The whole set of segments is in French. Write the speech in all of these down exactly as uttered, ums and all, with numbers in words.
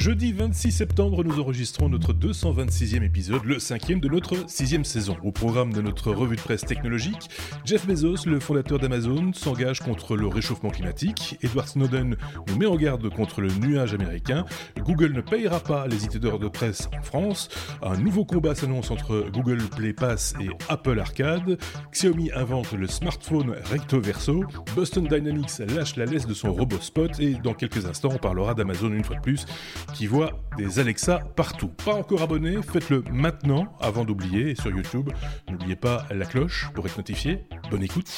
Jeudi vingt-six septembre, nous enregistrons notre deux cent vingt-sixième épisode, le cinquième de notre sixième saison. Au programme de notre revue de presse technologique, Jeff Bezos, le fondateur d'Amazon, s'engage contre le réchauffement climatique, Edward Snowden nous met en garde contre le nuage américain, Google ne payera pas les éditeurs de presse en France, un nouveau combat s'annonce entre Google Play Pass et Apple Arcade, Xiaomi invente le smartphone recto verso, Boston Dynamics lâche la laisse de son robot Spot et dans quelques instants on parlera d'Amazon une fois de plus qui voit des Alexa partout. Pas encore abonné, faites-le maintenant avant d'oublier et sur YouTube, n'oubliez pas la cloche pour être notifié. Bonne écoute.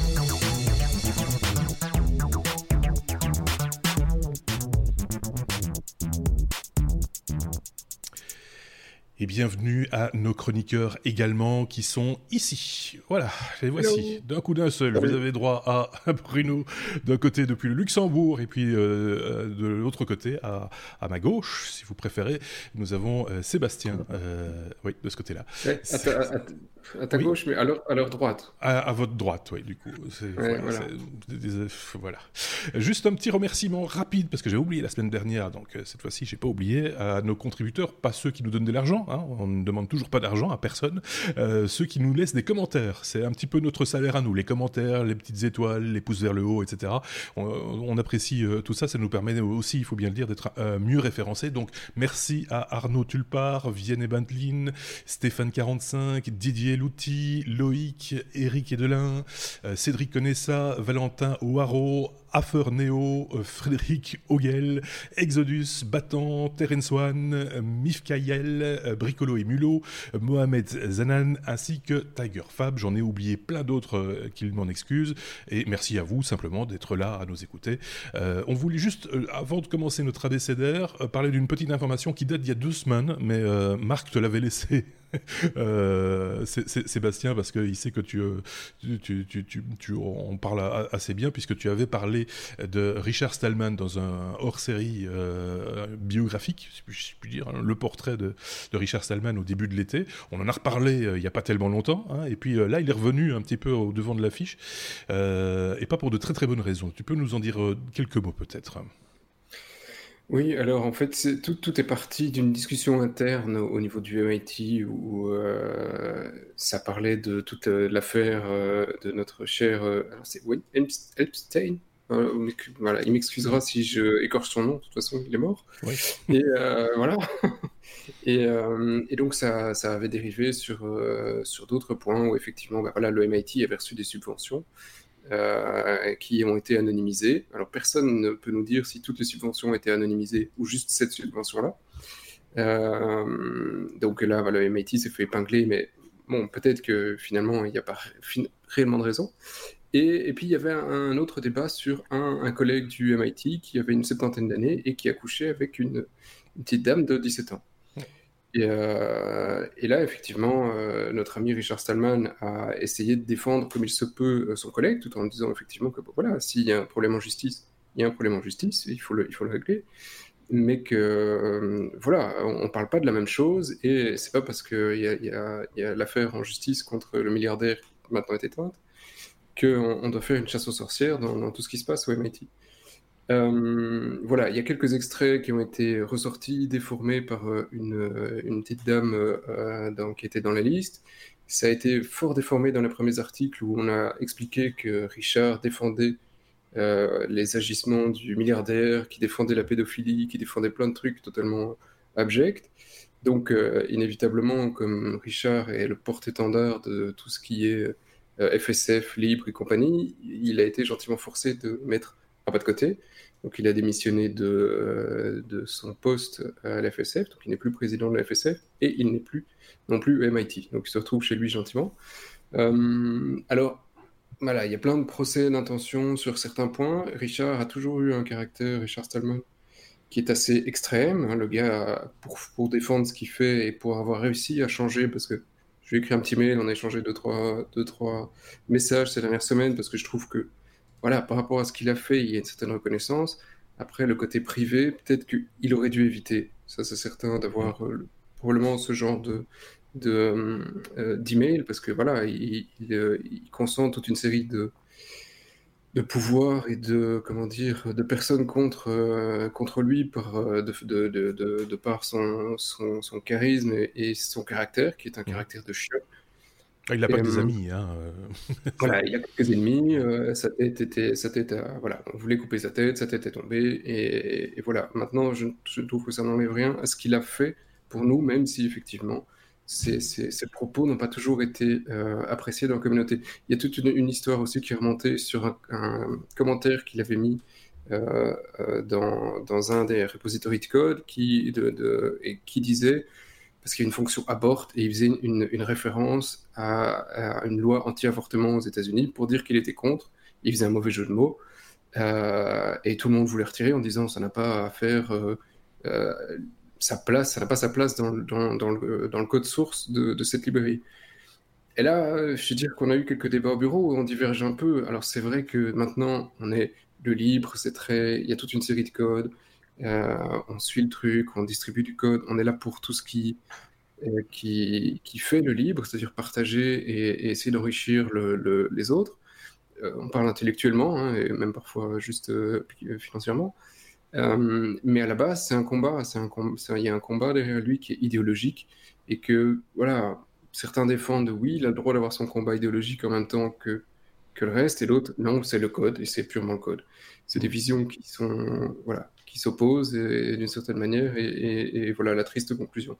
Et bienvenue à nos chroniqueurs également qui sont ici. Voilà, les voici. Hello. D'un coup d'un seul, Salut. Vous avez droit à Bruno d'un côté depuis le Luxembourg et puis euh, de l'autre côté à, à ma gauche, si vous préférez. Nous avons euh, Sébastien, euh, oui, de ce côté-là. Ouais, à, ta, à, ta, à ta oui. gauche, mais à leur, à leur droite. À, à votre droite, oui, du coup. C'est, ouais, voilà, voilà. C'est, des, voilà. Juste un petit remerciement rapide, parce que j'avais oublié la semaine dernière, donc cette fois-ci, j'ai pas oublié, à nos contributeurs, pas ceux qui nous donnent de l'argent, hein, on ne demande toujours pas d'argent à personne, euh, ceux qui nous laissent des commentaires, c'est un petit peu notre salaire à nous, les commentaires, les petites étoiles, les pouces vers le haut, et cetera. On, on apprécie euh, tout ça, ça nous permet aussi, il faut bien le dire, d'être euh, mieux référencés, donc merci à Arnaud Tulpar, Vianney Bantlin, Stéphane quarante-cinq, Didier Louty, Loïc, Eric Edelin, euh, Cédric Conessa, Valentin Ouaro, Afer Neo, euh, Frédéric Ogel, Exodus, Battant, Terence One, euh, Mifkael, euh, Bricolo et Mulot, euh, Mohamed Zanan, ainsi que Tiger Fab. J'en ai oublié plein d'autres euh, qu'ils m'en excusent. Et merci à vous simplement d'être là à nous écouter. Euh, on voulait juste, euh, avant de commencer notre abécédaire, euh, parler d'une petite information qui date d'il y a deux semaines, mais euh, Marc te l'avait laissé. euh, c'est, c'est, Sébastien, parce qu'il sait que tu, euh, tu, tu, tu, tu on parle assez bien puisque tu avais parlé de Richard Stallman dans un hors-série euh, biographique, si je puis dire, hein, le portrait de, de Richard Stallman au début de l'été. On en a reparlé euh, il n'y a pas tellement longtemps, hein, et puis euh, là il est revenu un petit peu au devant de l'affiche, euh, et pas pour de très très bonnes raisons. Tu peux nous en dire euh, quelques mots peut-être? Oui, alors en fait, c'est, tout, tout est parti d'une discussion interne au, au niveau du M I T où euh, ça parlait de toute euh, l'affaire euh, de notre cher euh, alors c'est Wayne Epstein. Euh, voilà, il m'excusera si je écorche son nom, de toute façon il est mort. Oui. Et euh, voilà. et, euh, et donc ça, ça avait dérivé sur, euh, sur d'autres points où effectivement, bah, voilà, le M I T avait reçu des subventions. Euh, qui ont été anonymisées. Alors personne ne peut nous dire si toutes les subventions ont été anonymisées ou juste cette subvention-là. Euh, donc là, voilà, le M I T s'est fait épingler, mais bon, peut-être que finalement, il n'y a pas fin- réellement de raison. Et, et puis il y avait un, un autre débat sur un, un collègue du M I T qui avait une septantaine d'années et qui a couché avec une, une petite dame de dix-sept ans. Et, euh, et là, effectivement, euh, notre ami Richard Stallman a essayé de défendre comme il se peut euh, son collègue, tout en disant effectivement que bon, voilà, s'il y a un problème en justice, il y a un problème en justice, il faut le, il faut le régler, mais que euh, voilà, on ne parle pas de la même chose, et c'est pas parce qu'il y a, y a, y a l'affaire en justice contre le milliardaire qui maintenant est éteinte qu'on on doit faire une chasse aux sorcières dans, dans tout ce qui se passe au M I T. Euh, voilà, il y a quelques extraits qui ont été ressortis, déformés par euh, une, une petite dame euh, dans, qui était dans la liste. Ça a été fort déformé dans les premiers articles où on a expliqué que Richard défendait euh, les agissements du milliardaire, qui défendait la pédophilie, qui défendait plein de trucs totalement abjects. Donc, euh, inévitablement, comme Richard est le porte-étendard de tout ce qui est euh, F S F, Libre et compagnie, il a été gentiment forcé de mettre un pas de côté. Donc il a démissionné de, euh, de son poste à la F S F, donc il n'est plus président de la F S F, et il n'est plus non plus M I T. Donc il se retrouve chez lui gentiment. Euh, alors, voilà, il y a plein de procès d'intention sur certains points. Richard a toujours eu un caractère, Richard Stallman, qui est assez extrême. Hein, le gars, pour, pour défendre ce qu'il fait et pour avoir réussi à changer, parce que je lui ai écrit un petit mail, on a échangé deux, trois, deux, trois messages ces dernières semaines, parce que je trouve que voilà, par rapport à ce qu'il a fait, il y a une certaine reconnaissance. Après, le côté privé, peut-être qu'il aurait dû éviter, ça c'est certain, d'avoir euh, probablement ce genre de, de, euh, d'email, parce que voilà, il, il, il consent toute une série de, de pouvoir et de, comment dire, de personnes contre, euh, contre lui par, euh, de, de, de, de, de par son, son, son charisme et, et son caractère, qui est un Mhm. caractère de chien. Ah, il n'a Et, pas que des euh, amis, hein. euh, c'est- voilà, il a quelques ennemis, euh, sa tête était, sa tête a- voilà, on voulait couper sa tête, sa tête est tombée, et, et voilà. Maintenant, je, je trouve que ça n'enlève rien à ce qu'il a fait pour nous, même si effectivement, ces, ces, ces propos n'ont pas toujours été euh, appréciés dans la communauté. Il y a toute une, une histoire aussi qui est remontée sur un, un commentaire qu'il avait mis euh, euh, dans, dans un des repositories de code qui, de, de, et qui disait parce qu'il y a une fonction abort et il faisait une, une référence à, à une loi anti-avortement aux États-Unis pour dire qu'il était contre. Il faisait un mauvais jeu de mots euh, et tout le monde voulait retirer en disant ça n'a pas à faire euh, euh, sa place, ça n'a pas sa place dans, dans, dans, le, dans le code source de, de cette librairie. Et là, je veux dire qu'on a eu quelques débats au bureau où on diverge un peu. Alors c'est vrai que maintenant on est le libre, c'est très, il y a toute une série de codes. Euh, on suit le truc, on distribue du code, on est là pour tout ce qui euh, qui, qui fait le libre, c'est-à-dire partager et, et essayer d'enrichir le, le, les autres. Euh, on parle intellectuellement, hein, et même parfois juste euh, financièrement. Euh, mais à la base, c'est un combat, c'est un com- c'est un- il y a un combat derrière lui qui est idéologique et que, voilà, certains défendent, oui, il a le droit d'avoir son combat idéologique en même temps que, que le reste, et l'autre, non, c'est le code et c'est purement le code. C'est des visions qui sont, voilà, qui s'opposent et- et d'une certaine manière, et, et- et voilà la triste conclusion.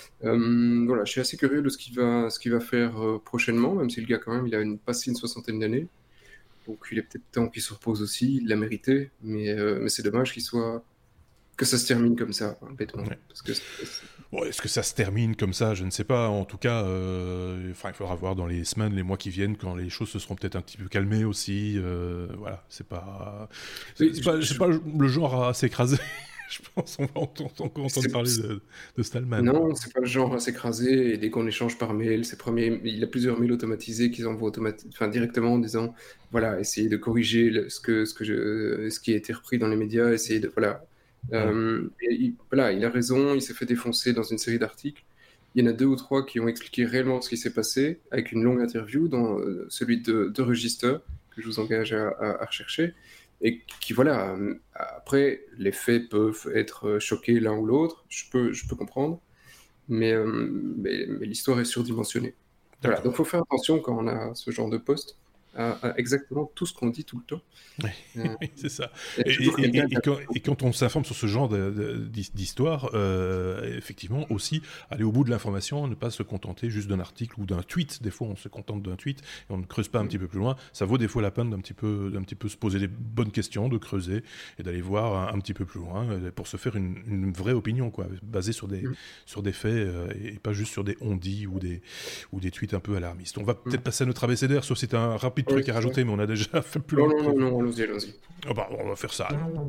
Euh, voilà, je suis assez curieux de ce qu'il va, ce qu'il va faire euh, prochainement, même si le gars, quand même, il a une, passé une soixantaine d'années. Donc, il est peut-être temps qu'il se repose aussi, il l'a mérité, mais, euh, mais c'est dommage qu'il soit, que ça se termine comme ça, hein, bêtement. Ouais. Parce que c'est- c'est- Bon, est-ce que ça se termine comme ça? Je ne sais pas. En tout cas, euh, enfin, il faudra voir dans les semaines, les mois qui viennent, quand les choses se seront peut-être un petit peu calmées aussi. euh, voilà, c'est pas, c'est oui, c'est je- pas, c'est je- pas le genre à s'écraser. Je pense qu'on va entendre, encore entendre c'est- parler de, de Stallman, quoi. non, c'est pas le genre à s'écraser, et dès qu'on échange par mail, ses premiers, il a plusieurs mails automatisés qu'ils envoient automati- enfin, directement en disant, voilà, essayez de corriger le- ce que, ce que je, ce qui a été repris dans les médias, essayez de, voilà. Mm. Euh, et il, voilà, il a raison, il s'est fait défoncer dans une série d'articles. Il y en a deux ou trois qui ont expliqué réellement ce qui s'est passé, avec une longue interview, dans euh, celui de, de Register, que je vous engage à, à- à rechercher, et qui, voilà, euh, après, les faits peuvent être euh, choqués l'un ou l'autre, je peux, je peux comprendre, mais, euh, mais, mais l'histoire est surdimensionnée. Voilà, donc D'accord. il faut faire attention quand on a ce genre de poste à, à exactement tout ce qu'on dit tout le temps. Euh, Oui, c'est ça. Il y a Et, toujours et- quelqu'un et- qui et a... quand, et quand on s'informe sur ce genre de- de- d'his- d'histoire, euh, effectivement, aussi, aller au bout de l'information, ne pas se contenter juste d'un article ou d'un tweet. Des fois, on se contente d'un tweet et on ne creuse pas un petit peu plus loin. Ça vaut des fois la peine d'un petit peu, d'un petit peu se poser des bonnes questions, de creuser et d'aller voir un, un petit peu plus loin euh, pour se faire une, une vraie opinion, quoi, basée sur des, sur des faits euh, et pas juste sur des on-dit ou des, ou des tweets un peu alarmistes. On va peut-être passer à notre abécédaire, sauf si c'est un rapide Oui, truc à c'est ça. rajouter, mais on a déjà fait plus Non, long que non, non, prévu. non, allons-y, allons-y. Ah bah, on va faire ça alors.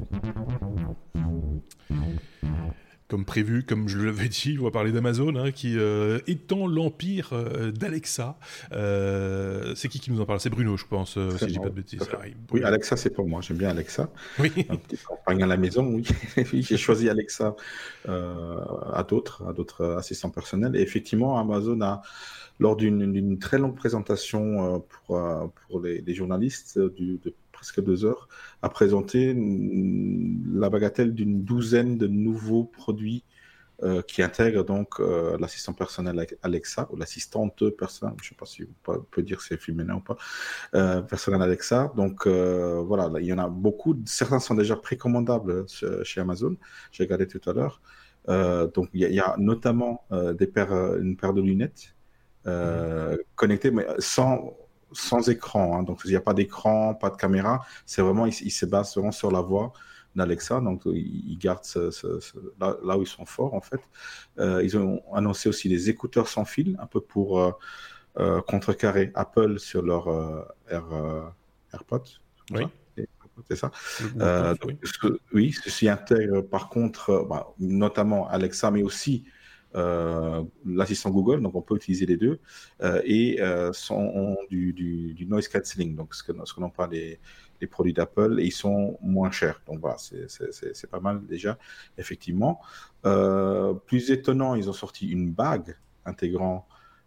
Comme prévu, comme je l'avais dit, on va parler d'Amazon, hein, qui euh, étend l'empire euh, d'Alexa. Euh, c'est qui qui nous en parle? C'est Bruno, je pense, euh, si C'est je dis pas moi, de oui, tout à bêtises. fait. Ah, oui, Oui, Bruno. Alexa, c'est pour moi. J'aime bien Alexa. Oui. Un petit campagne à la maison, oui. Oui, j'ai choisi Alexa euh, à d'autres, à d'autres assistants personnels. Et effectivement, Amazon a, lors d'une d'une très longue présentation euh, pour, euh, pour les, les journalistes euh, du- de presque deux heures, a présenté mm, la bagatelle d'une douzaine de nouveaux produits euh, qui intègrent donc euh, l'assistant personnel Alexa, ou l'assistante personnelle, je ne sais pas si on peut dire si c'est féminin ou pas, euh, personnel Alexa. Donc euh, voilà, là, il y en a beaucoup. Certains sont déjà précommandables euh, chez Amazon. J'ai regardé tout à l'heure. Euh, donc il y, a- il y a notamment euh, des paires, euh, une paire de lunettes euh, connectées, mais sans sans écran. Hein. Donc il n'y a pas d'écran, pas de caméra. C'est vraiment, ils, ils se basent vraiment sur la voix d'Alexa. Donc ils ils gardent ce, ce, ce, là, là où ils sont forts en fait. Euh, ils ont annoncé aussi des écouteurs sans fil, un peu pour euh, euh, contrecarrer Apple sur leur euh, Air, euh, AirPods, c'est comme Oui. ça. Et- C'est ça. Le Euh, Bluetooth, donc, oui. ce- oui, ceci intègre par contre, euh, bah, notamment Alexa, mais aussi euh, l'assistant Google, donc on peut utiliser les deux, euh, et euh, sont, ont du, du, du noise cancelling, donc ce que, ce que n'ont pas les, les produits d'Apple, et ils sont moins chers. Donc voilà, c'est, c'est, c'est, c'est pas mal déjà, effectivement. Euh, plus étonnant, ils ont sorti une bague intégrant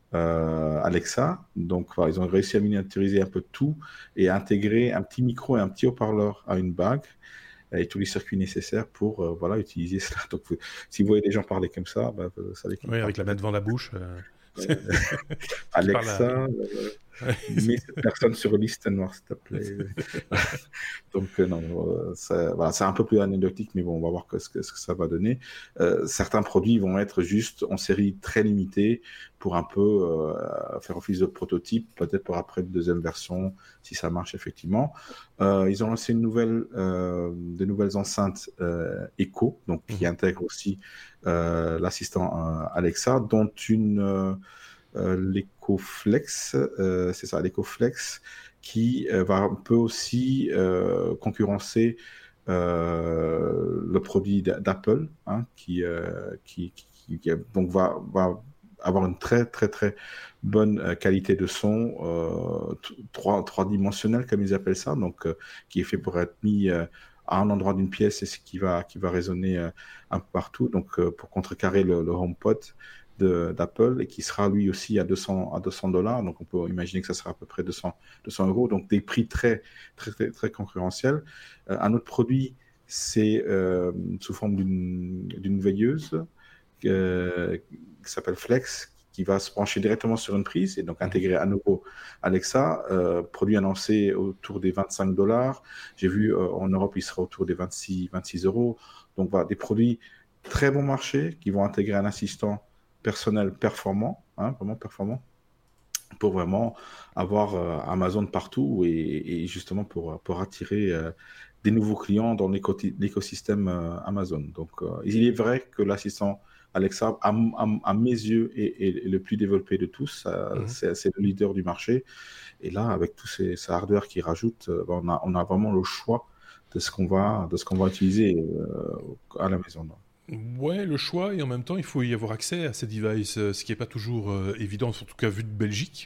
euh, Alexa. Donc, voilà, ils ont réussi à miniaturiser un peu tout et à intégrer un petit micro et un petit haut-parleur à une bague et tous les circuits nécessaires pour euh, voilà, utiliser cela. Donc, vous, si vous voyez des gens parler comme ça, bah, vous savez qu'ils Oui, parlent avec la main devant la bouche. Euh... Euh, Alexa, à... euh, ouais, mets cette personne sur liste noire, s'il te plaît. Donc, euh, non, euh, ça, voilà, c'est un peu plus anecdotique, mais bon, on va voir que, ce, que, ce que ça va donner. Euh, certains produits vont être juste en série très limitée pour un peu euh, faire office de prototype, peut-être pour après une deuxième version, si ça marche effectivement. Euh, ils ont lancé une nouvelle, euh, de nouvelles enceintes euh, Echo, donc qui mmh. intègrent aussi euh, l'assistant euh, Alexa, dont une euh, euh, l'EcoFlex, euh, c'est ça, l'EcoFlex, qui euh, va un peu aussi euh, concurrencer euh, le produit d'Apple, hein, qui, euh, qui, qui, qui donc va, va avoir une très très très bonne euh, qualité de son, euh, trois, trois dimensionnel comme ils appellent ça, donc euh, qui est fait pour être mis euh, à un endroit d'une pièce et ce qui va qui va résonner euh, un peu partout, donc euh, pour contrecarrer le, le HomePod d'Apple, et qui sera lui aussi à deux cents dollars, donc on peut imaginer que ça sera à peu près deux cents euros, donc des prix très très très, très concurrentiels. Euh, un autre produit, c'est euh, sous forme d'une d'une veilleuse euh, qui s'appelle Flex, qui va se brancher directement sur une prise et donc intégrer à nouveau Alexa. Euh, produit annoncé autour des vingt-cinq dollars. J'ai vu euh, en Europe, il sera autour des vingt-six euros. Donc voilà, des produits très bon marché qui vont intégrer un assistant personnel performant, hein, vraiment performant, pour vraiment avoir euh, Amazon partout et, et justement pour, pour attirer euh, des nouveaux clients dans l'écosystème euh, Amazon. Donc, euh, il est vrai que l'assistant Alexa, à, à, à mes yeux, est, est le plus développé de tous. Euh, mm-hmm. C'est le leader du marché. Et là, avec tous ces, ces hardware qui rajoutent, euh, on, a, on a vraiment le choix de ce qu'on va, de ce qu'on va utiliser euh, à la maison. Ouais, le choix, et en même temps, il faut y avoir accès à ces devices, ce qui n'est pas toujours euh, évident, en tout cas vu de Belgique.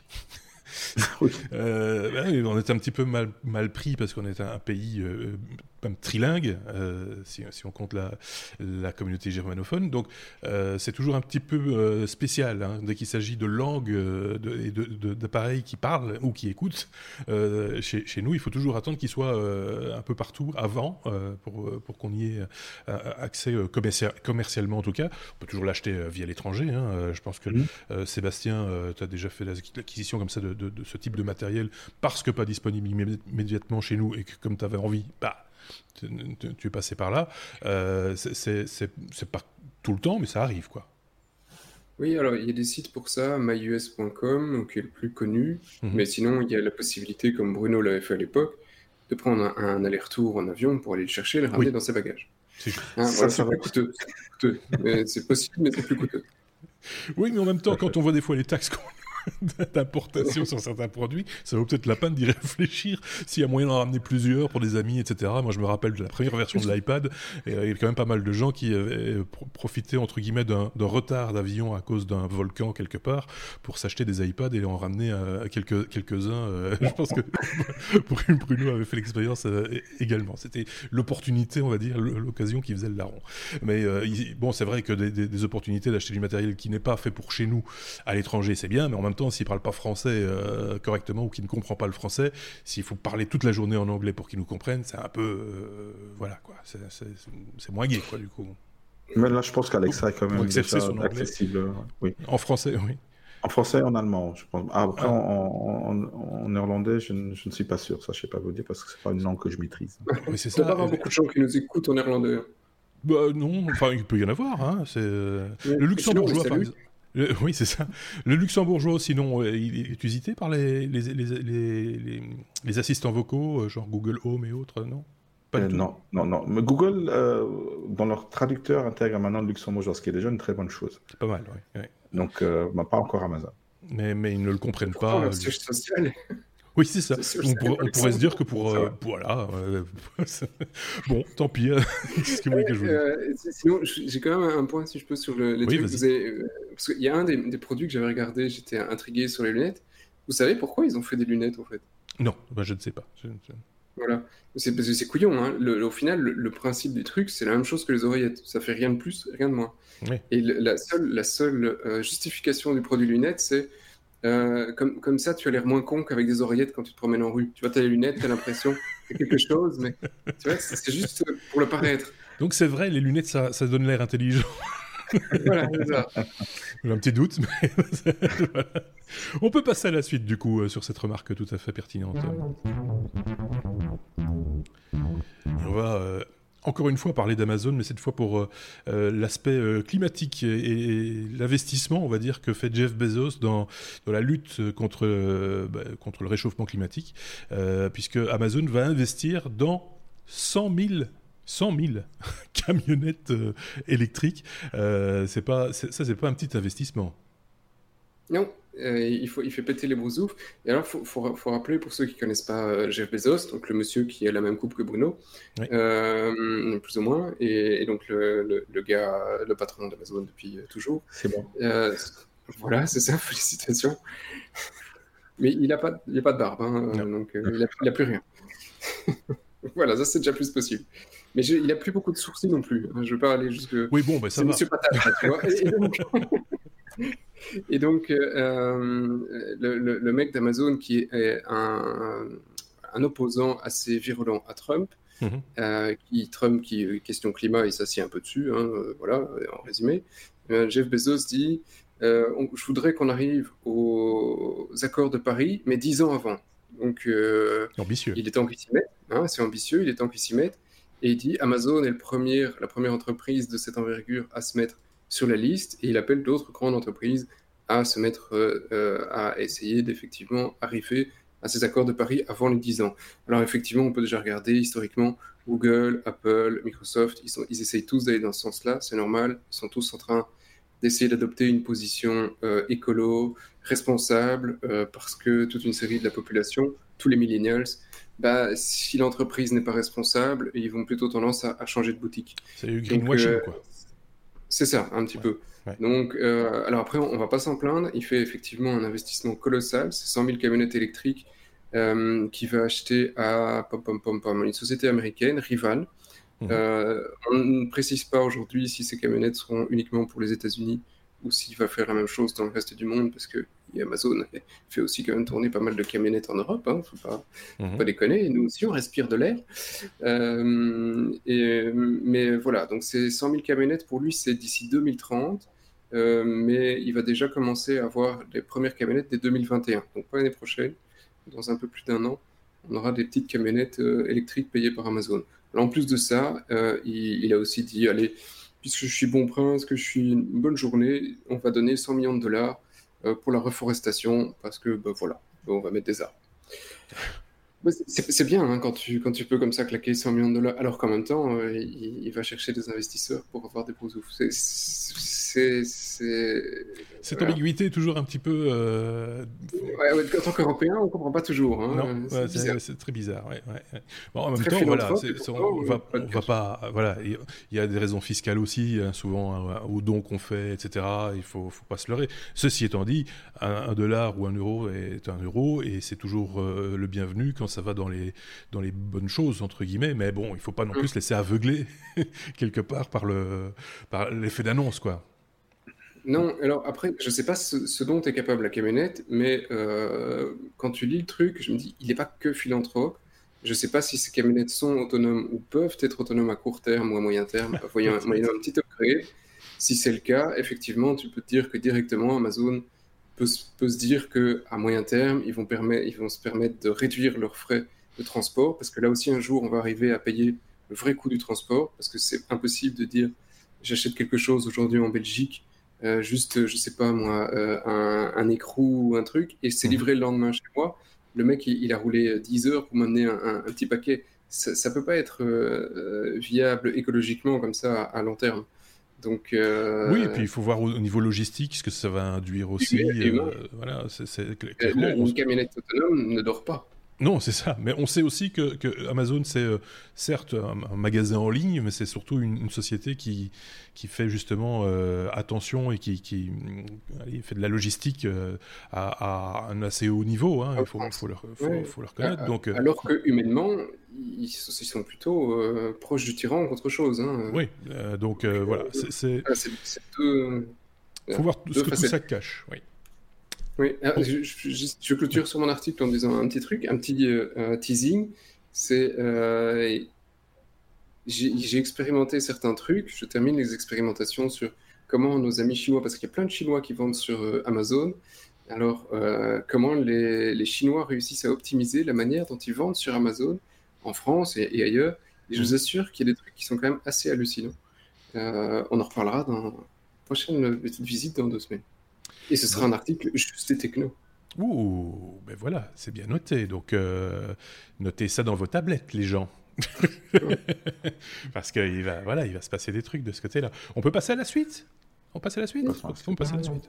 Oui. euh, bah, on est un petit peu mal, mal pris parce qu'on est un, un pays euh, même trilingue, euh, si, si on compte la, la communauté germanophone. Donc, euh, c'est toujours un petit peu euh, spécial hein, dès qu'il s'agit de langues euh, et de, de, d'appareils qui parlent ou qui écoutent. Euh, chez, chez nous, il faut toujours attendre qu'ils soient euh, un peu partout avant euh, pour, pour qu'on y ait euh, accès euh, commercial, commercialement en tout cas. On peut toujours l'acheter euh, via l'étranger. Hein. Je pense que mmh. euh, Sébastien, euh, tu as déjà fait l'acquisition comme ça de, de, de ce type de matériel parce que pas disponible immédiatement chez nous et que comme tu avais envie, bah, tu, tu, tu es passé par là. Euh, c'est pas tout le temps, mais ça arrive, quoi. Oui, alors il y a des sites pour ça, my u s point com, qui est le plus connu, mmh. mais sinon il y a la possibilité, comme Bruno l'avait fait à l'époque, de prendre un, un aller-retour en avion pour aller le chercher et le ramener oui. dans ses bagages. C'est hein, voilà, ça, plus coûteux. C'est possible, mais c'est plus coûteux. Oui, mais en même temps, quand on voit des fois les taxes qu'on d'importation sur certains produits, ça vaut peut-être la peine d'y réfléchir s'il y a moyen d'en ramener plusieurs pour des amis, et cetera. Moi, je me rappelle de la première version de l'iPad, et il y a quand même pas mal de gens qui avaient profité, entre guillemets, d'un retard d'avion à cause d'un volcan quelque part pour s'acheter des iPads et en ramener à quelques, quelques-uns. Euh, je pense que Bruno avait fait l'expérience euh, également. C'était l'opportunité, on va dire, l'occasion qui faisait le larron. Mais euh, il, bon, c'est vrai que des, des, des opportunités d'acheter du matériel qui n'est pas fait pour chez nous à l'étranger, c'est bien, mais en même temps, s'il ne parle pas français euh, correctement ou qu'il ne comprend pas le français, s'il faut parler toute la journée en anglais pour qu'il nous comprenne, c'est un peu... Euh, voilà, quoi. C'est moins gai, quoi, du coup. Mais là, je pense qu'Alexa est quand même déjà accessible. Oui. En français, oui. En français et en allemand, je pense. Ah, après, ah. En, en, en néerlandais, je ne, je ne suis pas sûr. Ça, je ne sais pas vous dire parce que ce n'est pas une langue que je maîtrise. Mais c'est ça. Il y a pas beaucoup de gens qui nous écoutent en néerlandais. Bah, non, enfin, il peut y en avoir. Hein. C'est le luxembourgeois, par exemple. Le, oui, c'est ça. Le luxembourgeois, sinon, euh, il est usité par les, les, les, les, les, les assistants vocaux, euh, genre Google Home et autres, non pas euh, Non, non, non. Mais Google, euh, dans leur traducteur, intègre maintenant le luxembourgeois, ce qui est déjà une très bonne chose. C'est pas mal, oui. oui. Donc, euh, bah, pas encore Amazon. Mais, mais ils ne le comprennent pas. Le siège social. Oui, c'est ça. On, pour, on pourrait se dire que pour... Euh, voilà. Euh, bon, tant pis. Qu'est-ce que vous voulez que je vous dise euh, Sinon, j'ai quand même un point, si je peux, sur le, les oui, trucs. Vous avez, euh, parce qu'il y a un des, des produits que j'avais regardé, j'étais intrigué sur les lunettes. Vous savez pourquoi ils ont fait des lunettes, en fait? Non, bah, je ne sais pas. Je, je... Voilà. C'est parce que c'est couillon. Hein. Le, le, au final, le, le principe du truc, c'est la même chose que les oreillettes. Ça fait rien de plus, rien de moins. Oui. Et le, la seule, la seule euh, justification du produit lunettes, c'est Euh, comme, comme ça, tu as l'air moins con qu'avec des oreillettes quand tu te promènes en rue. Tu vois, tu as les lunettes, tu as l'impression qu'il y a quelque chose, mais tu vois, c'est, c'est juste pour le paraître. Donc c'est vrai, les lunettes, ça, ça donne l'air intelligent. Voilà, c'est ça. J'ai un petit doute, mais voilà. On peut passer à la suite, du coup, euh, sur cette remarque tout à fait pertinente. On va... Euh... Encore une fois, parler d'Amazon, mais cette fois pour euh, l'aspect euh, climatique et, et l'investissement, on va dire, que fait Jeff Bezos dans, dans la lutte contre, euh, bah, contre le réchauffement climatique, euh, puisque Amazon va investir dans cent mille camionnettes euh, électriques. Euh, c'est pas, c'est, ça, c'est pas un petit investissement. Non, euh, il, faut, il fait péter les brousoufs. Et alors, il faut, faut, faut rappeler, pour ceux qui ne connaissent pas euh, Jeff Bezos, donc le monsieur qui a la même coupe que Bruno, oui. euh, plus ou moins, et, et donc le, le, le gars, le patron d'Amazon depuis euh, toujours. C'est bon. Euh, voilà, c'est ça, félicitations. Mais il n'a pas, il a pas de barbe, hein, donc euh, il n'a plus rien. Voilà, ça c'est déjà plus possible. Mais je, il n'a plus beaucoup de sourcils non plus. Hein, je ne veux pas aller jusque... Oui, bon, bah, ça c'est va. Monsieur Patate, là, tu vois. Et, et donc... Et donc, euh, le, le, le mec d'Amazon qui est un, un opposant assez virulent à Trump, mmh. euh, qui, Trump qui, question climat, il s'assied un peu dessus, hein, euh, voilà, en résumé. Euh, Jeff Bezos dit, euh, on, je voudrais qu'on arrive aux accords de Paris, mais dix ans avant. Donc, euh, ambitieux. Il est temps qu'il s'y mette, hein, c'est ambitieux, il est temps qu'il s'y mette. Et il dit, Amazon est le premier, la première entreprise de cette envergure à se mettre sur la liste, et il appelle d'autres grandes entreprises à se mettre, euh, à essayer d'effectivement arriver à ces accords de Paris avant les dix ans. Alors effectivement, on peut déjà regarder historiquement, Google, Apple, Microsoft, ils, sont, ils essayent tous d'aller dans ce sens-là, c'est normal, ils sont tous en train d'essayer d'adopter une position euh, écolo, responsable, euh, parce que toute une série de la population, tous les millennials, bah, si l'entreprise n'est pas responsable, ils vont plutôt tendance à, à changer de boutique. C'est du greenwashing, euh, quoi. C'est ça, un petit ouais, peu. Ouais. Donc, euh, alors après, on ne va pas s'en plaindre. Il fait effectivement un investissement colossal. C'est cent mille camionnettes électriques euh, qu'il va acheter à pom, pom, pom, pom, une société américaine, Rival. Mmh. Euh, on ne précise pas aujourd'hui si ces camionnettes seront uniquement pour les États-Unis ou s'il va faire la même chose dans le reste du monde, parce que Amazon fait aussi quand même tourner pas mal de camionnettes en Europe. Hein, faut pas, mmh. faut pas déconner. Et nous aussi, on respire de l'air. Euh, et, mais voilà, donc c'est cent mille camionnettes pour lui, c'est d'ici deux mille trente. Euh, mais il va déjà commencer à avoir les premières camionnettes dès deux mille vingt et un. Donc pas l'année prochaine, dans un peu plus d'un an, on aura des petites camionnettes euh, électriques payées par Amazon. Alors, en plus de ça, euh, il, il a aussi dit, allez, puisque je suis bon prince, que je suis une bonne journée, on va donner cent millions de dollars euh, pour la reforestation, parce que, ben voilà, on va mettre des arbres. C'est, c'est bien hein, quand, tu, quand tu peux comme ça claquer cent millions de dollars, alors qu'en même temps, euh, il, il va chercher des investisseurs pour avoir des beaux oufs. C'est, c'est, c'est... Cette voilà. ambiguïté est toujours un petit peu... Euh... Ouais, ouais, en tant qu'Européen, on ne comprend pas toujours. Hein. Non, c'est, ouais, c'est, c'est très bizarre. Ouais, ouais. Bon, en même très temps, voilà, c'est, c'est, on, on va, on va pas... Voilà, il y a des raisons fiscales aussi, hein, souvent, hein, aux dons qu'on fait, et cetera. Il ne faut, faut pas se leurrer. Ceci étant dit, un, un dollar ou un euro est un euro, et c'est toujours euh, le bienvenu quand ça va dans les... dans les bonnes choses, entre guillemets, mais bon, il ne faut pas non plus se laisser aveugler quelque part par, le, par l'effet d'annonce, quoi. Non, alors après, je ne sais pas ce, ce dont est capable la camionnette, mais euh, quand tu lis le truc, je me dis, il n'est pas que philanthrope. Je ne sais pas si ces camionnettes sont autonomes ou peuvent être autonomes à court terme ou à moyen terme, voyant un, moyen un petit upgrade. Si c'est le cas, effectivement, tu peux te dire que directement, Amazon peut, peut se dire qu'à moyen terme, ils vont, permettre, ils vont se permettre de réduire leurs frais de transport, parce que là aussi un jour on va arriver à payer le vrai coût du transport, parce que c'est impossible de dire j'achète quelque chose aujourd'hui en Belgique, euh, juste je sais pas moi, euh, un, un écrou ou un truc, et c'est livré le lendemain chez moi, le mec il, il a roulé dix heures pour m'amener un, un, un petit paquet, ça, ça peut pas être euh, viable écologiquement comme ça à, à long terme. Donc, euh... oui, et puis il faut voir au, au niveau logistique ce que ça va induire aussi. Et, et euh, voilà, c'est, c'est, clairement, une on... camionnette autonome ne dort pas. Non, c'est ça. Mais on sait aussi que, que Amazon, c'est euh, certes un, un magasin en ligne, mais c'est surtout une, une société qui, qui fait justement euh, attention et qui, qui allez, fait de la logistique euh, à, à un assez haut niveau. Hein. Il faut, faut, leur, faut, ouais. faut le reconnaître. À, Donc, euh... alors que humainement, ils, ils sont plutôt euh, proches du tyran qu'autre chose. Hein. Oui, euh, donc euh, voilà. C'est, c'est... Ah, c'est, c'est deux... faut voir ce que tout ça cache. Oui. Oui, alors, je, je, je, je clôture sur mon article en disant un petit truc, un petit euh, teasing. C'est euh, j'ai, j'ai expérimenté certains trucs. Je termine les expérimentations sur comment nos amis chinois, parce qu'il y a plein de Chinois qui vendent sur euh, Amazon. Alors, euh, comment les, les Chinois réussissent à optimiser la manière dont ils vendent sur Amazon en France et, et ailleurs. Et je vous assure qu'il y a des trucs qui sont quand même assez hallucinants. Euh, on en reparlera dans la prochaine petite visite dans deux semaines. Et ce sera un article juste des techno. Ouh, ben voilà, c'est bien noté. Donc, euh, notez ça dans vos tablettes, les gens. Parce qu'il va, voilà, il va se passer des trucs de ce côté-là. On peut passer à la suite ? On passe à la suite ? On passe à la suite.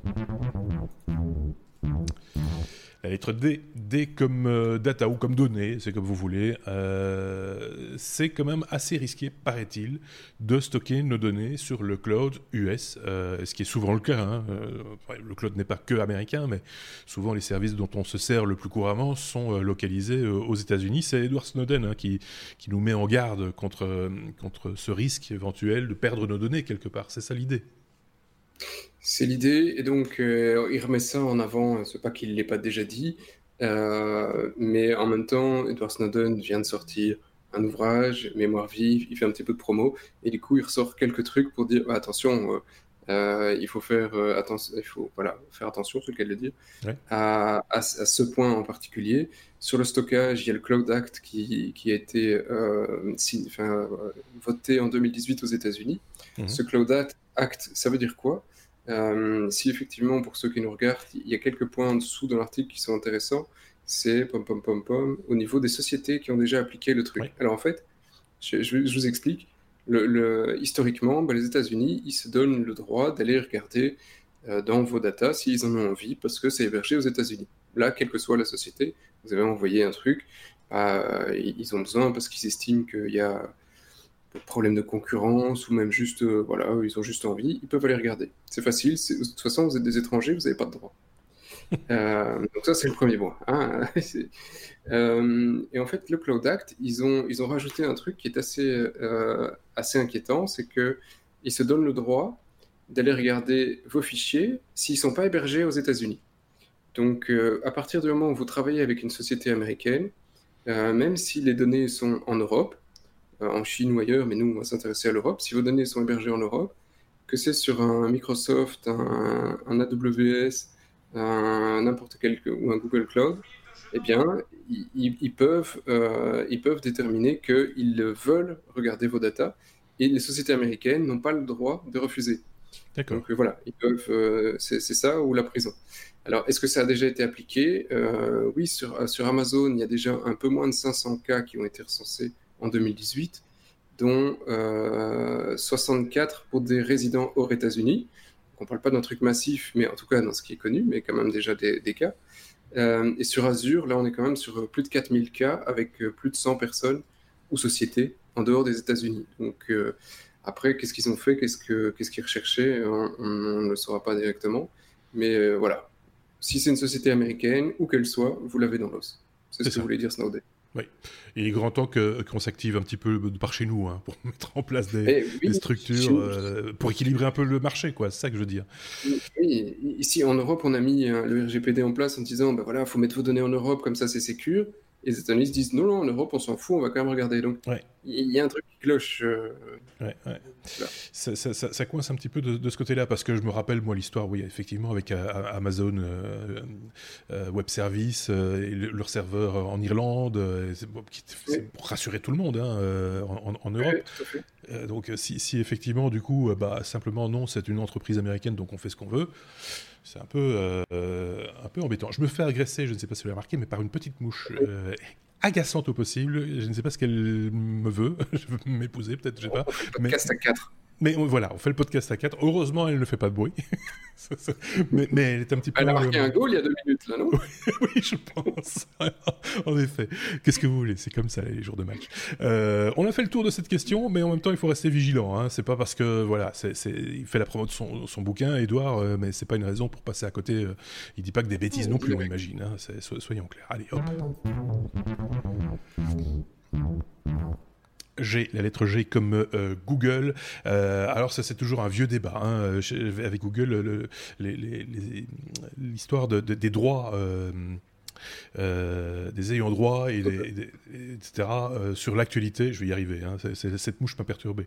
La lettre D, D comme euh, data ou comme données, c'est comme vous voulez. Euh, c'est quand même assez risqué, paraît-il, de stocker nos données sur le cloud U S, euh, ce qui est souvent le cas. Hein. Euh, le cloud n'est pas que américain, mais souvent les services dont on se sert le plus couramment sont euh, localisés euh, aux États-Unis. C'est Edward Snowden hein, qui, qui nous met en garde contre, euh, contre ce risque éventuel de perdre nos données quelque part. C'est ça l'idée. C'est l'idée, et donc euh, il remet ça en avant, c'est pas qu'il ne l'ait pas déjà dit, euh, mais en même temps, Edward Snowden vient de sortir un ouvrage, Mémoire vive, il fait un petit peu de promo, et du coup il ressort quelques trucs pour dire, bah, attention, euh, euh, il faut faire, euh, attention, il faut, voilà, faire attention, c'est le cas de le dire, ouais. à, à, à ce point en particulier. Sur le stockage, il y a le Cloud Act qui, qui a été euh, sign, enfin, euh, voté en deux mille dix-huit aux États-Unis. Mmh. Ce Cloud Act, Act, ça veut dire quoi ? Euh, si effectivement, pour ceux qui nous regardent, il y a quelques points en dessous dans l'article qui sont intéressants, c'est pom pom pom pom au niveau des sociétés qui ont déjà appliqué le truc. Oui. Alors en fait, je, je, je vous explique. Le, le, historiquement, bah, les États-Unis, ils se donnent le droit d'aller regarder euh, dans vos datas s'ils en ont envie, parce que c'est hébergé aux États-Unis. Là, quelle que soit la société, vous avez envoyé un truc, euh, ils ont besoin parce qu'ils estiment qu'il y a problème de concurrence ou même juste, euh, voilà, ils ont juste envie, ils peuvent aller regarder. C'est facile, c'est, de toute façon, vous êtes des étrangers, vous n'avez pas de droit. euh, donc ça, c'est le premier point. Hein euh, et en fait, le Cloud Act, ils ont, ils ont rajouté un truc qui est assez, euh, assez inquiétant, c'est qu'ils se donnent le droit d'aller regarder vos fichiers s'ils ne sont pas hébergés aux États-Unis. Donc, euh, à partir du moment où vous travaillez avec une société américaine, euh, même si les données sont en Europe, en Chine ou ailleurs, mais nous, on va s'intéresser à l'Europe. Si vos données sont hébergées en Europe, que c'est sur un Microsoft, un, un A W S, un, n'importe quel, ou un Google Cloud, eh bien, ils, ils, peuvent, euh, ils peuvent déterminer qu'ils veulent regarder vos datas, et les sociétés américaines n'ont pas le droit de refuser. D'accord. Donc euh, voilà, ils peuvent, euh, c'est, c'est ça ou la prison. Alors, est-ce que ça a déjà été appliqué ? euh, Oui, sur, sur Amazon, il y a déjà un peu moins de cinq cents cas qui ont été recensés en deux mille dix-huit, dont euh, soixante-quatre pour des résidents hors États-Unis. Donc, on ne parle pas d'un truc massif, mais en tout cas dans ce qui est connu, mais quand même déjà des, des cas. Euh, et sur Azure, là, on est quand même sur plus de quatre mille cas avec plus de cent personnes ou sociétés en dehors des États-Unis. Donc, euh, après, qu'est-ce qu'ils ont fait, qu'est-ce, que, qu'est-ce qu'ils recherchaient, on, on ne le saura pas directement. Mais euh, voilà, si c'est une société américaine, où qu'elle soit, vous l'avez dans l'os. C'est, c'est ce ça. Que voulait dire Snowden. Oui, et il est grand temps que, qu'on s'active un petit peu de par chez nous hein, pour mettre en place des, oui, des structures euh, pour équilibrer un peu le marché, quoi. C'est ça que je veux dire. Oui, ici en Europe, on a mis hein, le R G P D en place en disant ben voilà, faut mettre vos données en Europe, comme ça c'est sécure. Et les États-Unis se disent non, non, en Europe, on s'en fout, on va quand même regarder. Donc, il ouais. y, y a un truc qui cloche. Euh... Ouais, ouais. Ça, ça, ça, ça coince un petit peu de, de ce côté-là, parce que je me rappelle, moi, l'histoire, oui, effectivement, avec euh, Amazon euh, euh, Web Service euh, et le, leur serveur en Irlande, euh, c'est, c'est ouais. pour rassurer tout le monde hein, euh, en, en Europe. Ouais, tout à fait. Euh, donc, si, si effectivement, du coup, euh, bah, simplement, non, c'est une entreprise américaine, donc on fait ce qu'on veut. C'est un peu, euh, un peu embêtant. Je me fais agresser, je ne sais pas si vous l'avez remarqué, mais par une petite mouche euh, agaçante au possible. Je ne sais pas ce qu'elle me veut. Je veux m'épouser, peut-être, je ne sais pas. On fait le podcast mais... à quatre. Mais on, voilà, on fait le podcast à quatre. Heureusement, elle ne fait pas de bruit. mais, mais elle est un petit peu... Elle a marqué euh... un goal il y a deux minutes, là, non? oui, oui, je pense. En effet. Qu'est-ce que vous voulez? C'est comme ça, les jours de match. Euh, on a fait le tour de cette question, mais en même temps, il faut rester vigilant. Hein. C'est pas parce que, voilà, c'est, c'est... il fait la promo de son, son bouquin, Edouard, euh, mais c'est pas une raison pour passer à côté. Euh... Il dit pas que des bêtises non plus, on imagine. Hein. So- soyons clairs. Allez, hop. G, la lettre G comme euh, Google. Euh, alors ça c'est toujours un vieux débat hein, avec Google, le, les, les, les, l'histoire de, de, des droits. Euh, Euh, des ayants droit et, des, et, des, et cetera euh, sur l'actualité, je vais y arriver, hein, c'est, c'est, cette mouche m'a perturbé.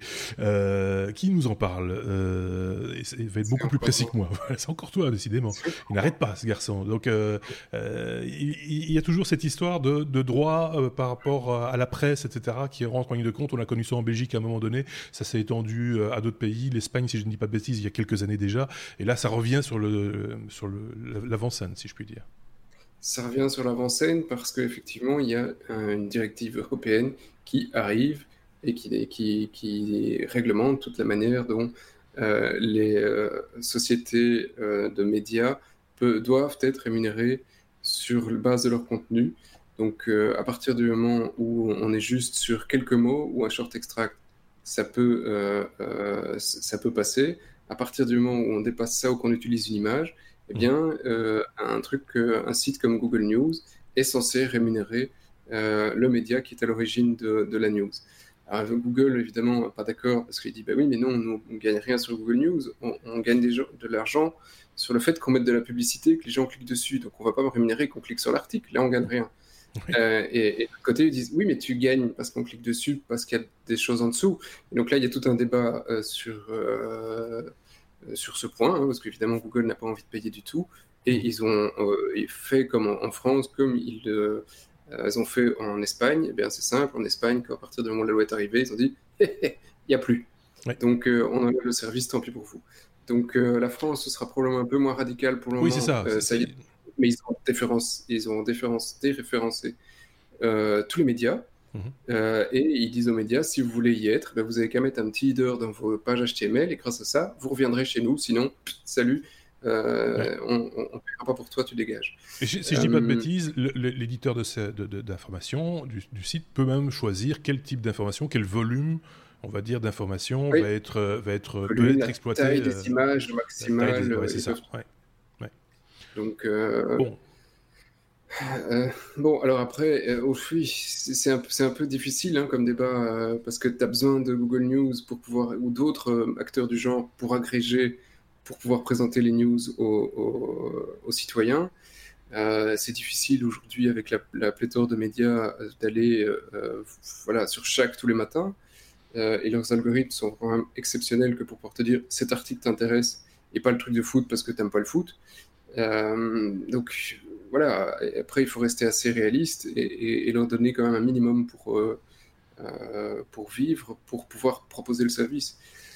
Euh, qui nous en parle euh, et Il va être beaucoup plus précis que moi. C'est encore toi, décidément. Il n'arrête pas, ce garçon. Donc, euh, euh, il, il y a toujours cette histoire de, de droit euh, par rapport à la presse, et cetera, qui rentre en ligne de compte. On a connu ça en Belgique à un moment donné. Ça s'est étendu à d'autres pays. L'Espagne, si je ne dis pas de bêtises, il y a quelques années déjà. Et là, ça revient sur, le, sur le, l'avant-scène, si je puis dire. Ça revient sur l'avant-scène parce qu'effectivement, il y a une directive européenne qui arrive et qui, qui, qui réglemente toute la manière dont euh, les euh, sociétés euh, de médias peut, doivent être rémunérées sur la base de leur contenu. Donc, euh, à partir du moment où on est juste sur quelques mots ou un short extract, ça peut, euh, euh, ça peut passer. À partir du moment où on dépasse ça ou qu'on utilise une image, eh bien, euh, un truc, euh, un site comme Google News est censé rémunérer euh, le média qui est à l'origine de, de la news. Alors, Google, évidemment, pas d'accord, parce qu'il dit, bah oui, mais non, nous, on ne gagne rien sur Google News, on, on gagne des, de l'argent sur le fait qu'on mette de la publicité, que les gens cliquent dessus, donc on ne va pas me rémunérer qu'on clique sur l'article, là, on ne gagne rien. Oui. Euh, et, et de côté, ils disent, oui, mais tu gagnes parce qu'on clique dessus, parce qu'il y a des choses en dessous. Et donc là, il y a tout un débat euh, sur... Euh, sur ce point, hein, parce qu'évidemment Google n'a pas envie de payer du tout, et ils ont euh, fait comme en, en France, comme ils, euh, ils ont fait en Espagne. Eh bien c'est simple, en Espagne, quand à partir du moment où la loi est arrivée, ils ont dit « il n'y a plus ouais. ». Donc euh, on enlève le service, tant pis pour vous. Donc euh, la France, ce sera probablement un peu moins radical pour le oui, moment. Oui, c'est ça. Euh, c'est, ça y est, mais ils ont, déférence, ils ont déférence, déréférencé euh, tous les médias. Mmh. Euh, et ils disent aux médias, si vous voulez y être, ben vous avez qu'à mettre un petit header dans vos pages H T M L et grâce à ça, vous reviendrez chez nous. Sinon, pff, salut, euh, ouais. on ne paiera pas pour toi, tu dégages. Et si je ne euh, dis pas de bêtises, le, le, l'éditeur de ce, de, de, d'information du, du site peut même choisir quel type d'information, quel volume, on va dire, d'information oui. va être, va être, volume, peut être exploité. La taille des images maximale. Des, ouais, c'est ça. Ouais. Ouais. Donc, euh, bon. Euh, bon, alors après, euh, oh, oui, c'est un, c'est un peu difficile hein, comme débat, euh, parce que tu as besoin de Google News pour pouvoir, ou d'autres euh, acteurs du genre pour agréger, pour pouvoir présenter les news aux, aux, aux citoyens. Euh, c'est difficile aujourd'hui avec la, la pléthore de médias d'aller euh, voilà, sur chaque tous les matins, euh, et leurs algorithmes sont quand même exceptionnels que pour pouvoir te dire cet article t'intéresse et pas le truc de foot parce que t'aimes pas le foot. Euh, donc voilà, et après il faut rester assez réaliste et, et, et leur donner quand même un minimum pour, euh, euh, pour vivre, pour pouvoir proposer le service.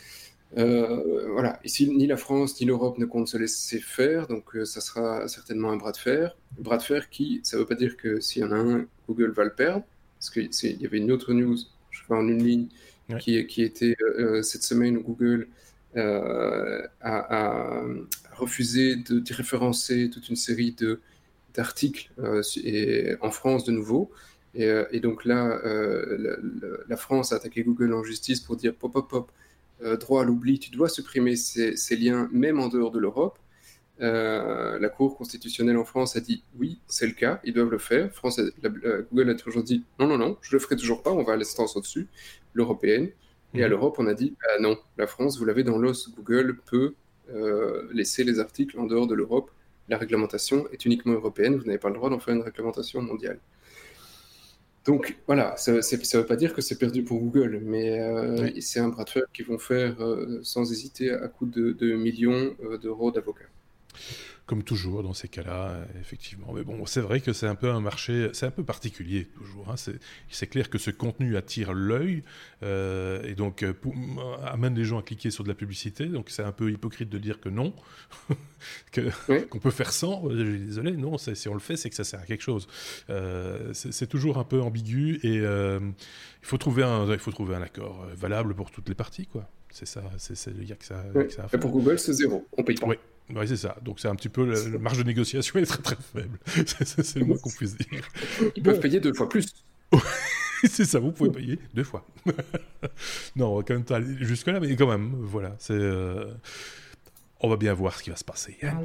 Euh, voilà, ici ni la France ni l'Europe ne comptent se laisser faire, donc euh, ça sera certainement un bras de fer. Un bras de fer qui, ça ne veut pas dire que s'il y en a un, Google va le perdre, parce qu'il y avait une autre news, je fais en une ligne, ouais. qui, qui était euh, cette semaine où Google euh, a, a refusé de, de référencer toute une série de d'articles euh, et en France de nouveau, et, euh, et donc là euh, la, la France a attaqué Google en justice pour dire pop pop pop euh, droit à l'oubli, tu dois supprimer ces, ces liens même en dehors de l'Europe. Euh, la Cour constitutionnelle en France a dit oui, c'est le cas, ils doivent le faire. France a, la, la, Google a toujours dit non non non, je le ferai toujours pas, on va à l'instance au-dessus, l'européenne. Et mmh. à l'Europe on a dit ah non, la France, vous l'avez dans l'os, Google peut euh, laisser les articles en dehors de l'Europe. La réglementation est uniquement européenne, vous n'avez pas le droit d'en faire une réglementation mondiale. Donc voilà, ça ne veut pas dire que c'est perdu pour Google, mais euh, oui. c'est un bras de fer qu'ils vont faire euh, sans hésiter à coût de, de millions euh, d'euros d'avocats. Comme toujours dans ces cas-là, euh, effectivement. Mais bon, c'est vrai que c'est un peu un marché, c'est un peu particulier toujours. Hein. C'est, c'est clair que ce contenu attire l'œil euh, et donc euh, pour, amène les gens à cliquer sur de la publicité. Donc c'est un peu hypocrite de dire que non, que, oui. qu'on peut faire sans. Je suis désolé, non. C'est, si on le fait, c'est que ça sert à quelque chose. Euh, c'est, c'est toujours un peu ambigu et euh, il faut trouver un, il faut trouver un accord valable pour toutes les parties, quoi. C'est ça, c'est, c'est, il y a que ça, oui. que ça à faire. Et pour Google, c'est zéro. On paye pas. Oui. Oui, c'est ça. Donc, c'est un petit peu... La, la marge de négociation est très, très faible. c'est, c'est, c'est le moins qu'on puisse dire. Ils bon. peuvent payer deux fois plus. c'est ça, vous pouvez payer deux fois. non, on va quand même pas aller jusque-là, mais quand même, voilà. C'est, euh... on va bien voir ce qui va se passer. Hein.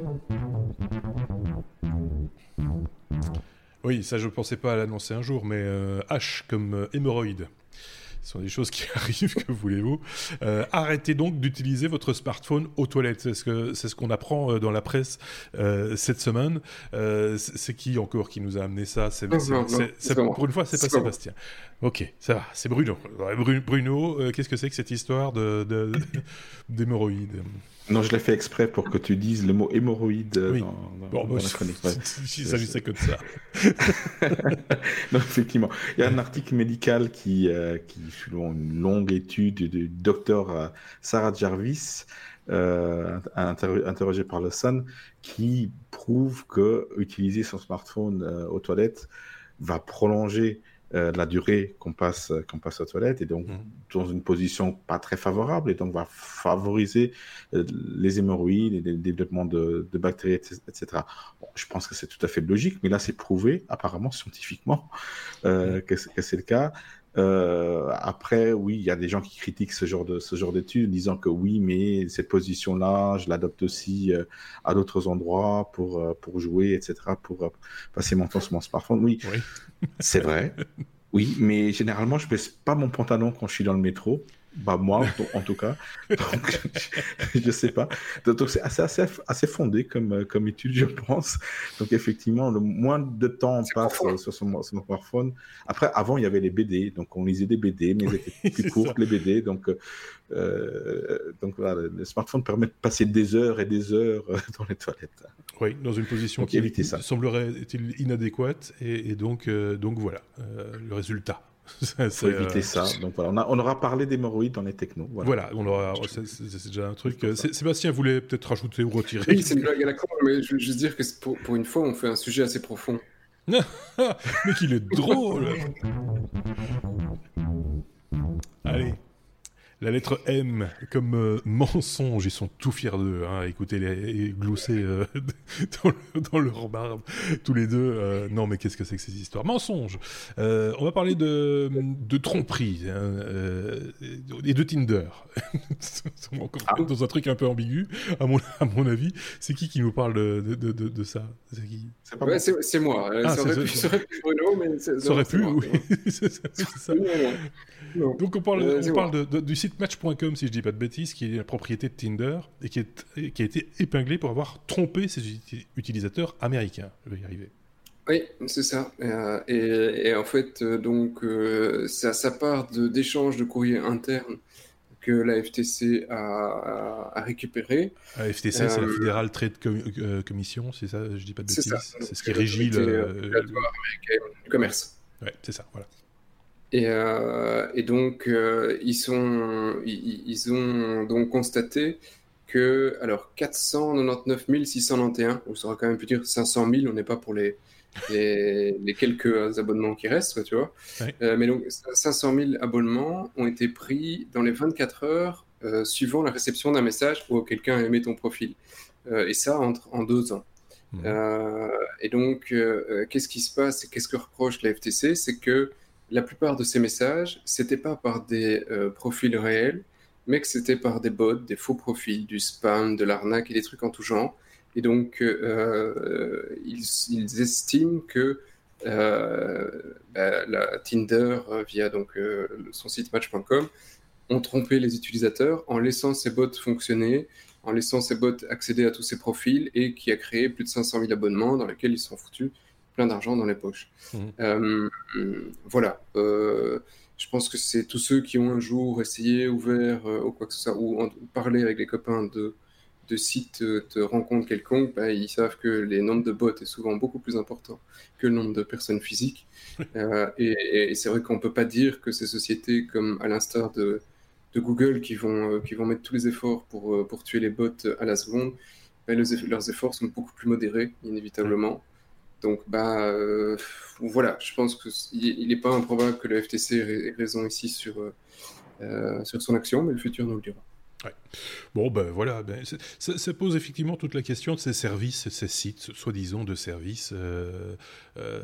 Oui, ça, je ne pensais pas l'annoncer un jour, mais euh, H comme euh, hémorroïde. Ce sont des choses qui arrivent, que voulez-vous. Euh, arrêtez donc d'utiliser votre smartphone aux toilettes. C'est ce, que, c'est ce qu'on apprend dans la presse euh, cette semaine. Euh, c'est, c'est qui encore qui nous a amené ça? c'est, non, c'est, non, c'est, non, c'est, c'est Pour une fois, c'est, c'est pas Sébastien. Ok, ça va, c'est Bruno. Bruno, euh, qu'est-ce que c'est que cette histoire de, de, d'hémorroïdes? Non, je l'ai fait exprès pour que tu dises le mot hémorroïde oui. dans, dans, bon, dans bah, la chronique. Ouais. Il s'agissait que de ça. Non, effectivement. Il y a un article médical qui, euh, qui selon une longue étude du docteur Sarah Jarvis, euh, inter- interrogée par le Sun, qui prouve que utiliser son smartphone euh, aux toilettes va prolonger Euh, la durée qu'on passe, qu'on passe aux toilettes, et donc mmh. dans une position pas très favorable, et donc va favoriser euh, les hémorroïdes et le développement de, de bactéries, et cetera. Bon, je pense que c'est tout à fait logique, mais là c'est prouvé apparemment scientifiquement euh, mmh. que, c'est, que c'est le cas. Euh, après, oui, il y a des gens qui critiquent ce genre de ce genre d'études, disant que oui, mais cette position-là, je l'adopte aussi euh, à d'autres endroits pour euh, pour jouer, et cetera, pour euh, passer mon temps sur mon smartphone. Oui, oui. C'est vrai. Oui, mais généralement, je baisse pas mon pantalon quand je suis dans le métro. Bah moi, en tout cas. Donc, je sais pas. Donc c'est assez, assez, assez fondé comme, comme étude, je pense. Donc effectivement, le moins de temps on passe sur, sur son smartphone. Après, avant, il y avait les B D. Donc on lisait des B D, mais ils étaient plus courtes, les B D. Donc, euh, donc voilà, le smartphone permet de passer des heures et des heures dans les toilettes. Oui, dans une position donc, qui éviter ça. semblerait inadéquate. Et, et donc, euh, donc voilà, euh, le résultat. Il faut éviter euh... ça. Donc voilà, on, a, on aura parlé d'hémorroïdes dans les technos. Voilà, voilà on aura, c'est, c'est, c'est déjà un truc. Sébastien voulait peut-être rajouter ou retirer. Oui, c'est une blague à la con, mais je veux juste dire que pour, pour une fois, on fait un sujet assez profond. Mais qu'il est drôle. Allez. La lettre M, comme euh, mensonge, ils sont tout fiers d'eux, hein, écoutez les glousser euh, dans, le, dans leur barbe, tous les deux. Euh, non, mais qu'est-ce que c'est que ces histoires? Mensonge. Euh, on va parler de, de tromperie hein, euh, et de Tinder. On va encore ah. dans un truc un peu ambigu, à mon, à mon avis. C'est qui qui nous parle de, de, de, de ça? C'est qui? C'est, pas ouais, c'est, c'est moi. Ah, ça, aurait pu, ça aurait pu Bruno, mais c'est, ça aurait pu, moi, oui. c'est, c'est, c'est ça. Non, non. Non. Donc on parle, euh, on parle de, de, du site match point com, si je dis pas de bêtises, qui est la propriété de Tinder et qui, est, qui a été épinglé pour avoir trompé ses utilisateurs américains. Je vais y arriver. Oui, c'est ça. Euh, et, et en fait, euh, donc, euh, ça, ça part de, d'échanges de courriers internes que la F T C a, a, a récupéré. La F T C, euh, c'est la Federal Trade Com- euh, Commission, c'est ça, je dis pas de bêtises. C'est, c'est ce qui régit le, le... du commerce. Ouais, c'est ça, voilà. Et, euh, et donc, euh, ils, sont, ils, ils ont donc constaté que, alors, quatre cent quatre-vingt-dix-neuf mille six cent quatre-vingt-onze, on saurait quand même pu dire cinq cent mille, on n'est pas pour les, les, les quelques abonnements qui restent, tu vois. Ouais. Euh, mais donc, cinq cent mille abonnements ont été pris dans les vingt-quatre heures euh, suivant la réception d'un message où quelqu'un a aimé ton profil. Euh, et ça, entre, en deux ans. Mmh. Euh, et donc, euh, qu'est-ce qui se passe et qu'est-ce que reproche la F T C? C'est que la plupart de ces messages, c'était pas par des euh, profils réels, mais que c'était par des bots, des faux profils, du spam, de l'arnaque et des trucs en tout genre. Et donc, euh, ils, ils estiment que euh, bah, la Tinder, via donc, euh, son site match point com, ont trompé les utilisateurs en laissant ces bots fonctionner, en laissant ces bots accéder à tous ces profils, et qui a créé plus de cinq cent mille abonnements dans lesquels ils sont foutus plein d'argent dans les poches. Mmh. Euh, voilà. Euh, je pense que c'est tous ceux qui ont un jour essayé, ouvert, euh, ou quoi que ce soit, ou, en, ou parlé avec les copains de, de sites de rencontres quelconques, bah, ils savent que les nombres de bots est souvent beaucoup plus important que le nombre de personnes physiques. euh, et, et c'est vrai qu'on ne peut pas dire que ces sociétés, comme à l'instar de, de Google, qui vont, euh, qui vont mettre tous les efforts pour, pour tuer les bots à la seconde, bah, les, leurs efforts sont beaucoup plus modérés, inévitablement. Donc, bah, euh, voilà, je pense qu'il n'est pas improbable que le F T C ait raison ici sur, euh, sur son action, mais le futur nous le dira. Ouais. Bon, ben voilà, ben, ça, ça pose effectivement toute la question de ces services, ces sites, soi-disant de services, euh, euh,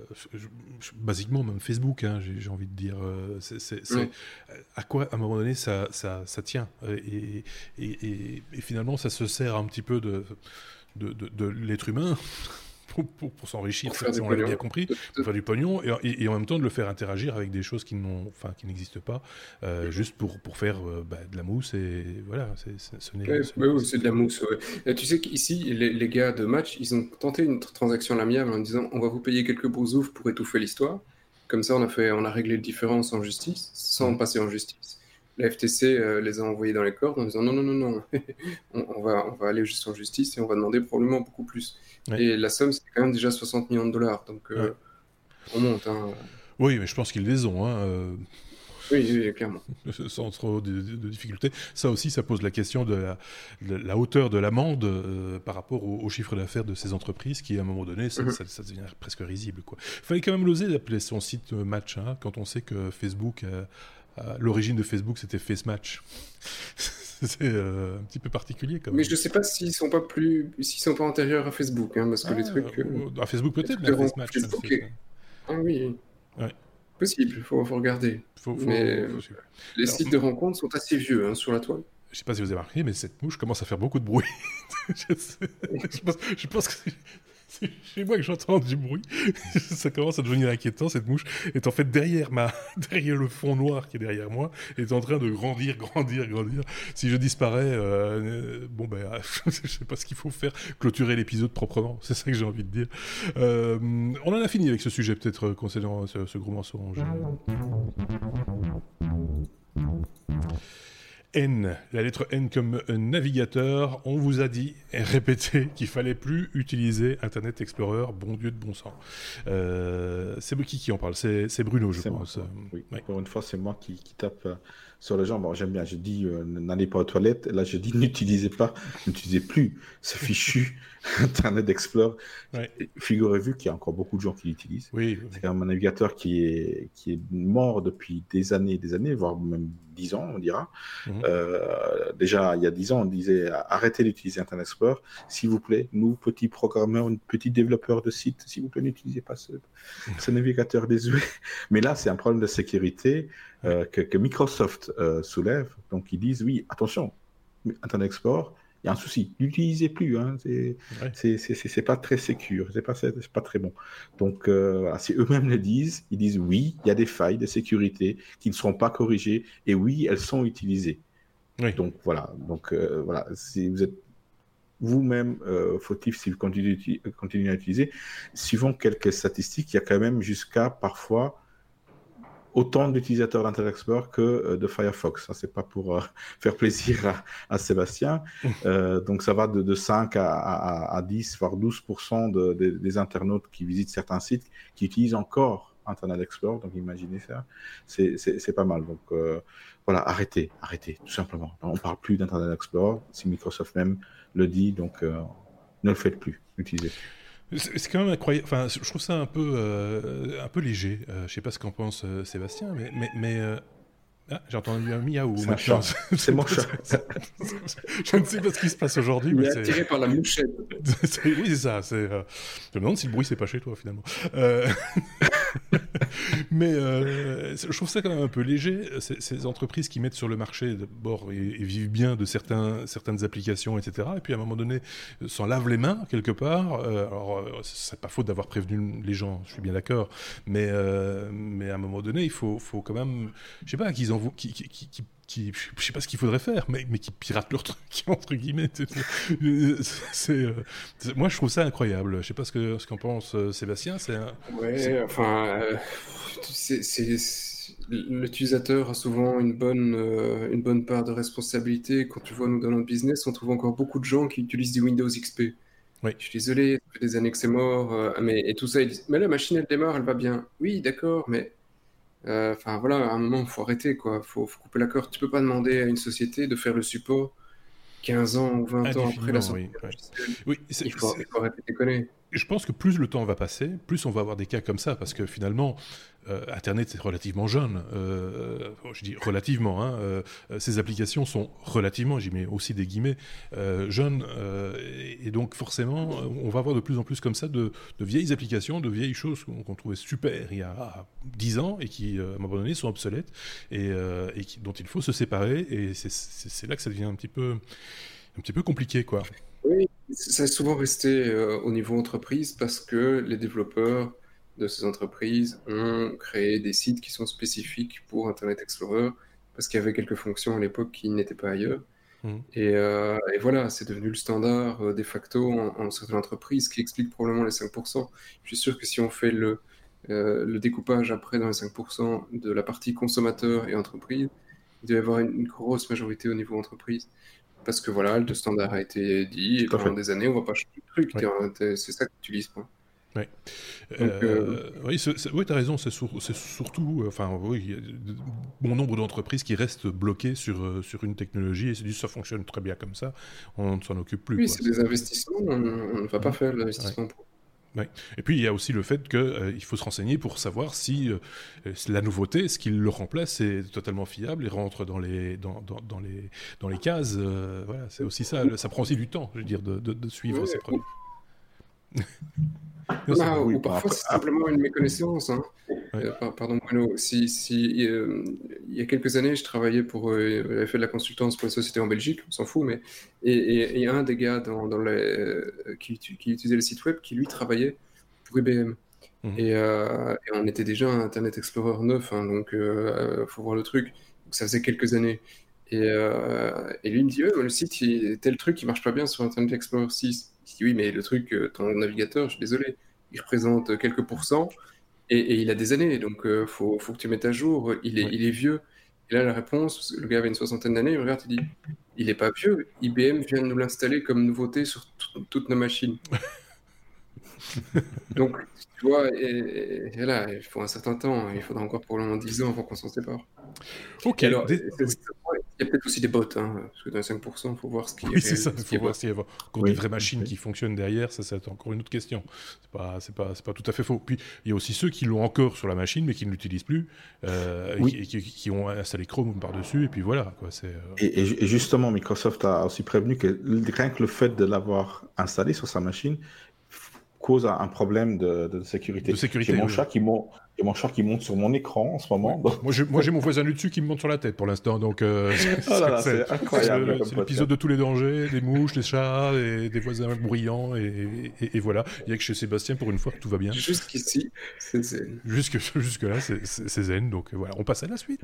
basiquement même Facebook, hein, j'ai, j'ai envie de dire, euh, c'est, c'est, c'est, oui. À quoi, à un moment donné, ça, ça, ça tient, et, et, et, et finalement, ça se sert un petit peu de, de, de, de l'être humain, pour, pour, pour s'enrichir, Pour faire si du on l'avait pognon. bien compris, pour faire du pognon, et, et, et en même temps de le faire interagir avec des choses qui, n'ont, enfin, qui n'existent pas, euh, juste pour, pour faire euh, bah, de la mousse, et voilà, c'est, c'est, ce n'est, Ouais, ce ouais, n'est ouais, c'est de la mousse. Ouais. Et tu sais qu'ici, les, les gars de match, ils ont tenté une tr- transaction à l'amiable en disant on va vous payer quelques beaux oufs pour étouffer l'histoire. Comme ça, on a, fait, on a réglé le différence en justice, sans Mhm. passer en justice. La F T C euh, les a envoyés dans les cordes en disant non, non, non, non, on, on va, on va aller juste en justice et on va demander probablement beaucoup plus. Ouais. Et la somme, c'est quand même déjà soixante millions de dollars. Donc, euh, Ouais. on monte. Hein. Oui, mais je pense qu'ils les ont, hein, euh, Oui, oui, clairement. sans trop de, de, de difficultés. Ça aussi, ça pose la question de la, de la hauteur de l'amende euh, par rapport au, au chiffre d'affaires de ces entreprises qui, à un moment donné, ça, Mhm. ça, ça devient presque risible, quoi. Il fallait quand même l'oser d'appeler son site euh, Match, hein, quand on sait que Facebook, euh, euh, l'origine de Facebook, c'était Face Match. C'est euh, un petit peu particulier, quand même. Mais je sais pas s'ils sont pas plus, s'ils sont pas antérieurs à Facebook, hein, parce que Ah, les trucs, euh, à Facebook les peut-être, trucs mais de à Face rencontre Match. Facebook, c'est- et- ah oui, Ouais. possible, faut, faut regarder. Faut, faut, Mais faut euh, suivre. les Alors, sites de rencontres sont assez vieux hein, sur la toile. je sais pas si vous avez remarqué, mais cette mouche commence à faire beaucoup de bruit. je, sais- je pense, je pense que c'est, c'est chez moi que j'entends du bruit. Ça commence à devenir inquiétant. Cette mouche est en fait derrière ma, derrière le fond noir qui est derrière moi, est en train de grandir, grandir, grandir. Si je disparais, euh, bon ben, je sais pas ce qu'il faut faire, clôturer l'épisode proprement. C'est ça que j'ai envie de dire. Euh, on en a fini avec ce sujet peut-être concernant ce, ce gros mensonge. N, la lettre N comme navigateur, on vous a dit et répété qu'il fallait plus utiliser Internet Explorer, bon Dieu de bon sang. Euh, c'est qui qui en parle, c'est, c'est Bruno, je C'est moi, pense. quoi. Oui. Ouais. Pour une fois, c'est moi qui, qui tape euh, sur les gens. Bon, j'aime bien, je dis euh, n'allez pas aux toilettes. Là, je dis n'utilisez pas, n'utilisez plus ce fichu Internet Explorer. Ouais. Figurez-vous qu'il y a encore beaucoup de gens qui l'utilisent. Oui, C'est quand même un navigateur qui est, qui est mort depuis des années et des années, voire même dix ans, on dira. Mhm. Euh, déjà, il y a dix ans, on disait arrêtez d'utiliser Internet Explorer. S'il vous plaît, nous, petits programmeurs, petits développeurs de sites, s'il vous plaît, n'utilisez pas ce, ce navigateur désuet. Mais là, c'est un problème de sécurité euh, que, que Microsoft euh, soulève. Donc, ils disent oui, attention, Internet Explorer, il y a un souci, n'utilisez plus, hein, c'est, Ouais. c'est, c'est, c'est, c'est pas très sécure, c'est pas, c'est, c'est pas très bon. Donc, euh, voilà, si eux-mêmes le disent, ils disent oui, il y a des failles de sécurité qui ne seront pas corrigées, et oui, elles sont utilisées. Oui. Donc, voilà, donc, euh, voilà, si vous êtes vous-même euh, fautif si vous continuez, continuez à utiliser, suivant quelques statistiques, il y a quand même jusqu'à parfois autant d'utilisateurs d'Internet Explorer que euh, de Firefox. Ça, c'est pas pour euh, faire plaisir à, à Sébastien. Euh, donc, ça va de, de cinq à, à, à dix, voire douze pour cent de, de, des internautes qui visitent certains sites qui utilisent encore Internet Explorer. Donc, imaginez ça. C'est, c'est, c'est pas mal. Donc, euh, voilà, arrêtez, arrêtez, tout simplement. On parle plus d'Internet Explorer, si Microsoft même le dit. Donc, euh, ne le faites plus. Utilisez. C'est, c'est quand même incroyable. Enfin, je trouve ça un peu, euh, un peu léger. Euh, je sais pas ce qu'en pense euh, Sébastien, mais, mais, mais euh... ah, j'ai entendu un miaou. C'est un chat. C'est mon chat. Je ne sais pas ce qui se passe aujourd'hui. Il mais est c'est... attiré par la mouchette. c'est... Oui, c'est ça. C'est, euh... Je me demande si le bruit c'est pas chez toi finalement. Euh... Mais euh, je trouve ça quand même un peu léger. Ces, ces entreprises qui mettent sur le marché d'abord et, et vivent bien de certains, certaines applications, et cetera. Et puis à un moment donné, s'en lavent les mains quelque part. Euh, alors, c'est pas faute d'avoir prévenu les gens, je suis bien d'accord. Mais, euh, mais à un moment donné, il faut, faut quand même, je sais pas, qu'ils envoient, qui, qui, qui, qui Qui, je sais pas ce qu'il faudrait faire, mais, mais qui piratent leur truc, entre guillemets. C'est, euh, c'est, moi, je trouve ça incroyable. Je sais pas ce, que, ce qu'en pense euh, Sébastien. C'est un, Ouais, c'est... enfin, euh, c'est, c'est, c'est... l'utilisateur a souvent une bonne, euh, une bonne part de responsabilité. Quand tu vois, nous, dans notre business, on trouve encore beaucoup de gens qui utilisent du Windows X P. Oui. Je suis désolé, ça fait des années que c'est mort, euh, mais, et tout ça, ils disent, mais la machine, elle démarre, elle va bien. Oui, d'accord, mais... Enfin euh, voilà, à un moment, il faut arrêter, quoi. Faut, faut couper la corde. Tu peux pas demander à une société de faire le support quinze ans ou vingt ans après la sortie. Oui, oui. Oui, c'est, il, faut, c'est... il faut arrêter de déconner. Je pense que plus le temps va passer, plus on va avoir des cas comme ça, parce que finalement, euh, Internet c'est relativement jeune. Euh, je dis relativement, hein, euh, ces applications sont relativement, j'y mets aussi des guillemets, euh, jeunes, euh, et, et donc forcément, on va avoir de plus en plus comme ça de, de vieilles applications, de vieilles choses qu'on, qu'on trouvait super il y a dix ans et qui, euh, à un moment donné, sont obsolètes et, euh, et qui, dont il faut se séparer. Et c'est, c'est, c'est là que ça devient un petit peu, un petit peu compliqué, quoi. Oui, ça a souvent resté euh, au niveau entreprise parce que les développeurs de ces entreprises ont créé des sites qui sont spécifiques pour Internet Explorer parce qu'il y avait quelques fonctions à l'époque qui n'étaient pas ailleurs. Mhm. Et, euh, et voilà, c'est devenu le standard euh, de facto en, en certaines entreprises, ce qui explique probablement les cinq pour cent. Je suis sûr que si on fait le, euh, le découpage après dans les cinq pour cent de la partie consommateur et entreprise, il doit y avoir une, une grosse majorité au niveau entreprise. Parce que voilà, le standard a été dit, et Tout à pendant fait. des années, on va pas changer de truc. Ouais. T'es- t'es- C'est ça que tu utilises, quoi. Ouais. Donc, euh, Euh, oui, c'est- c'est- oui, t'as raison. C'est sur- c'est surtout, euh, enfin, oui, il y a de- bon nombre d'entreprises qui restent bloquées sur euh, sur une technologie et se disent ça fonctionne très bien comme ça, on ne s'en occupe plus, oui, quoi. c'est C'est- des investissements, on, on ne va pas Mhm. faire Ouais. l'investissement pour. Ouais. Et puis il y a aussi le fait qu'il euh, faut se renseigner pour savoir si euh, la nouveauté, ce qui le remplace, est totalement fiable et rentre dans les dans, dans, dans les dans les cases. Euh, voilà, c'est aussi ça. le- Ça prend aussi du temps, je veux dire, de, de, de suivre Ouais, ces ou, produits. Non, c'est ah, vrai. Oui, ou bon, parfois, après, c'est après- simplement une méconnaissance. Hein. Ouais. Euh, par- pardon, Bruno. Si, si, euh, il y a quelques années, je travaillais pour. Euh, j'avais fait de la consultance pour une société en Belgique, on s'en fout, mais. Et, et, et un des gars dans, dans les, euh, qui, qui utilisait le site web qui, lui, travaillait pour I B M. Mhm. Et, euh, et on était déjà à Internet Explorer neuf, hein, donc euh, faut voir le truc. Donc ça faisait quelques années. Et, euh, et lui il me dit, ouais, mais le site, il, tel truc, il marche pas bien sur Internet Explorer six. Je dis, oui, mais le truc, euh, ton navigateur, je suis désolé, il représente quelques pourcents et, et il a des années, donc euh, faut, faut que tu mettes à jour. Il est, Ouais. il est vieux. Et là, la réponse, le gars avait une soixantaine d'années, il me regarde, il dit, il est pas vieux. I B M vient de nous l'installer comme nouveauté sur tout- toutes nos machines. Donc, tu vois, et, et là, il faut un certain temps, il faudra encore probablement dix ans avant qu'on s'en sépare. Ok. Et alors, Des- c'est- Oui. c'est- il y a peut-être aussi des bots, hein, parce que dans les cinq pour cent, il faut voir ce qui est Oui, c'est réel, ça. Il ce qui est faut bot. voir s'il y a encore des oui, vraies machines oui. qui fonctionnent derrière. Ça, c'est encore une autre question. C'est pas, c'est pas, c'est pas tout à fait faux. Puis il y a aussi ceux qui l'ont encore sur la machine, mais qui ne l'utilisent plus, euh, et Oui. qui, qui- qui ont installé Chrome par dessus. Et puis voilà, quoi. C'est. euh, Et, et- et justement, Microsoft a aussi prévenu que l- rien que le fait de l'avoir installé sur sa machine f- cause un un problème de, de sécurité. De sécurité, J'ai mon oui. chat qui monte, j'ai mon chat qui monte sur mon écran en ce Oui. moment. donc- Moi, j'ai, moi, j'ai mon voisin du dessus qui me monte sur la tête pour l'instant. Donc, euh, Oh là là, c'est, c'est incroyable c'est- comme c'est l'épisode podcast. de tous les dangers, des mouches, des chats, et des voisins bruyants, et, et- et voilà. Il y a que chez Sébastien, pour une fois, que tout va bien. Jusqu'ici, c'est zen. Jusque, jusque là, c'est, c'est- c'est zen. Donc euh, voilà, on passe à la suite.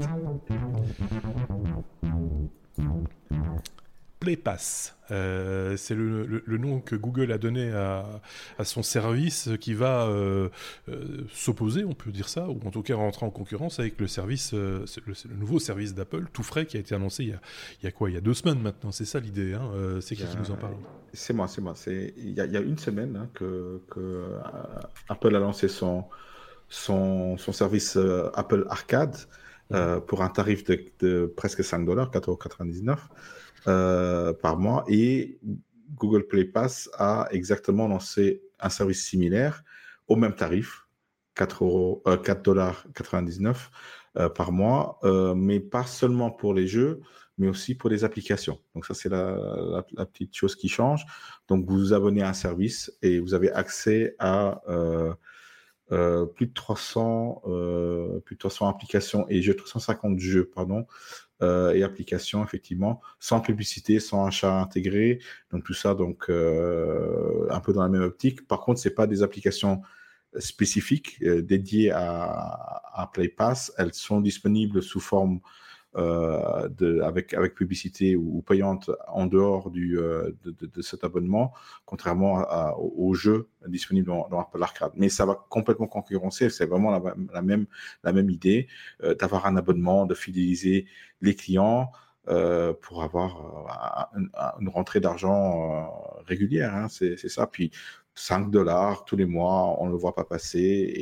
PlayPass, euh, c'est le, le- le nom que Google a donné à, à son service qui va euh, euh, s'opposer, on peut dire ça, ou en tout cas rentrer en concurrence avec le service, euh, c'est le, c'est le nouveau service d'Apple, tout frais, qui a été annoncé il y a, il y a quoi, il y a deux semaines maintenant, c'est ça l'idée, hein, euh, c'est qui Il y qui a- nous en parle? C'est moi, c'est moi. C'est il y a, il y a une semaine hein, que, que euh, Apple a lancé son son, son service euh, Apple Arcade euh, pour un tarif de, de presque cinq dollars, quatre euros quatre-vingt-dix-neuf euh, par mois. Et Google Play Pass a exactement lancé un service similaire au même tarif, quatre euros, euh, quatre dollars quatre-vingt-dix-neuf euh, par mois, euh, mais pas seulement pour les jeux, mais aussi pour les applications. Donc ça, c'est la, la, la petite chose qui change. Donc vous vous abonnez à un service et vous avez accès à euh, euh, plus de trois cents, euh, plus de trois cents applications et jeux, trois cent cinquante jeux, pardon, euh, et applications, effectivement, sans publicité, sans achat intégré. Donc tout ça, donc euh, un peu dans la même optique. Par contre, c'est pas des applications spécifiques euh, dédiées à, à PlayPass. Elles sont disponibles sous forme euh, de, avec, avec publicité ou, ou payante en dehors du, euh, de, de, de cet abonnement, contrairement à, à, aux jeux disponibles dans, dans Apple Arcade. Mais ça va complètement concurrencer, c'est vraiment la, la, même, la même idée euh, d'avoir un abonnement, de fidéliser les clients euh, pour avoir euh, une, une rentrée d'argent euh, régulière, hein, c'est, c'est ça. Puis cinq dollars tous les mois, on ne le voit pas passer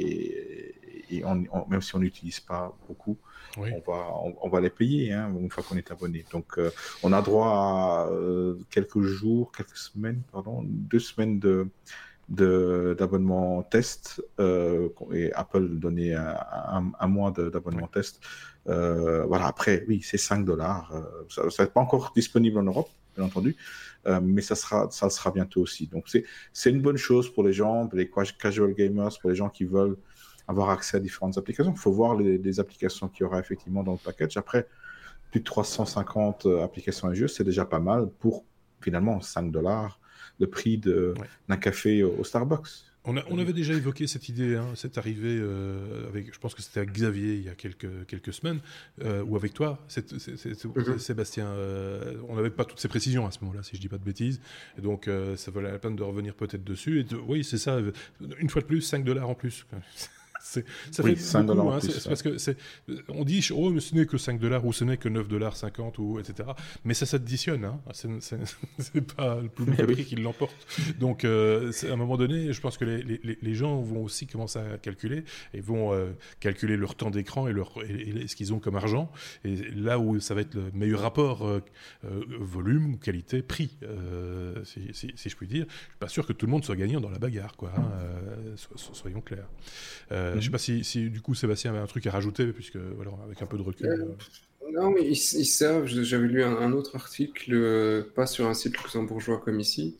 et, et on, on, même si on n'utilise pas beaucoup, oui. on, va, on, on va les payer hein, une fois qu'on est abonné. Donc, euh, on a droit à euh, quelques jours, quelques semaines, pardon, deux semaines de, de, d'abonnement test euh, et Apple donnait un, un, un mois de, d'abonnement oui. test. Euh, voilà, après, oui, c'est cinq dollars. Euh, ça n'est pas encore disponible en Europe, bien entendu, euh, mais ça sera, ça sera bientôt aussi. Donc, c'est, c'est une bonne chose pour les gens, pour les casual gamers, pour les gens qui veulent avoir accès à différentes applications. Il faut voir les, les applications qu'il y aura effectivement dans le package. Après, plus de trois cent cinquante applications et jeux, c'est déjà pas mal pour finalement cinq dollars. le prix de, Ouais. d'un café au, au Starbucks. On, a, on avait déjà évoqué cette idée, hein, cette arrivée euh, avec, je pense que c'était avec Xavier il y a quelques, quelques semaines, euh, ou avec toi, c'est, c'est, c'est, c'est, Mhm. Sébastien. Euh, on n'avait pas toutes ces précisions à ce moment-là, si je dis pas de bêtises. Et donc, euh, ça valait la peine de revenir peut-être dessus. Et de, oui, c'est ça. Une fois de plus, cinq dollars en plus. C'est, ça Oui, fait cinq dollars beaucoup, en hein, plus, c'est, c'est ouais. parce que c'est, on dit, oh, mais ce n'est que cinq dollars ou ce n'est que neuf dollars cinquante ou et cetera. Mais ça s'additionne, hein. C'est, c'est, c'est pas le plus Mais prix oui. qui l'emporte. Donc, euh, c'est, à un moment donné, je pense que les, les, les gens vont aussi commencer à calculer et vont euh, calculer leur temps d'écran et, leur, et, et ce qu'ils ont comme argent. Et là où ça va être le meilleur rapport euh, euh, volume, qualité, prix, euh, si, si, si je puis dire. Je suis pas sûr que tout le monde soit gagnant dans la bagarre, quoi. Hein, euh, so, so, soyons clairs. Euh, Mhm. Je sais pas si, si du coup Sébastien avait un truc à rajouter, puisque voilà, avec un peu de recul. Euh, euh, Non, mais ils, ils savent. Je- J'avais lu un, un autre article, euh, pas sur un site luxembourgeois comme ici,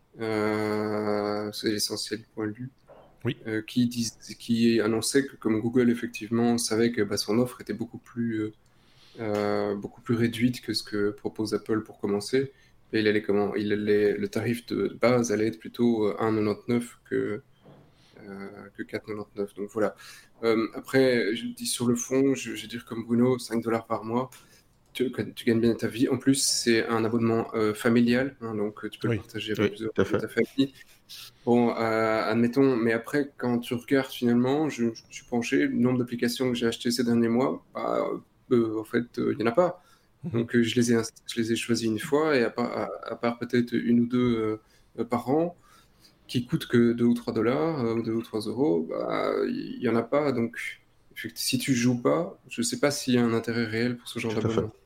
euh, c'est l'essentiel point de vue, Oui. euh, qui, dis- qui annonçait que comme Google effectivement savait que bah, son offre était beaucoup plus, euh, euh, beaucoup plus réduite que ce que propose Apple pour commencer, et il allait comment, il allait, le tarif de base allait être plutôt euh, un virgule quatre-vingt-dix-neuf que, euh, que quatre virgule quatre-vingt-dix-neuf. Donc voilà. Euh, après, je dis sur le fond, je, je vais dire comme Bruno, cinq dollars par mois. Tu, tu gagnes bien ta vie. En plus, c'est un abonnement euh, familial, hein, donc euh, tu peux le Oui. partager avec Oui, plusieurs tout à de fait. ta famille. Bon, euh, admettons, mais après, quand tu regardes finalement, je, je me suis penché, le nombre d'applications que j'ai achetées ces derniers mois, bah, euh, en fait, il n'y en a pas. Mhm. Donc, euh, je les ai, inst- je les ai choisis une fois, et à part, à, à part peut-être une ou deux euh, par an, qui coûtent que deux ou trois dollars, euh, deux ou trois euros, bah, il n'y en a pas. Donc, effectivement, si tu joues pas, je ne sais pas s'il y a un intérêt réel pour ce genre Tout à fait. d'abonnement.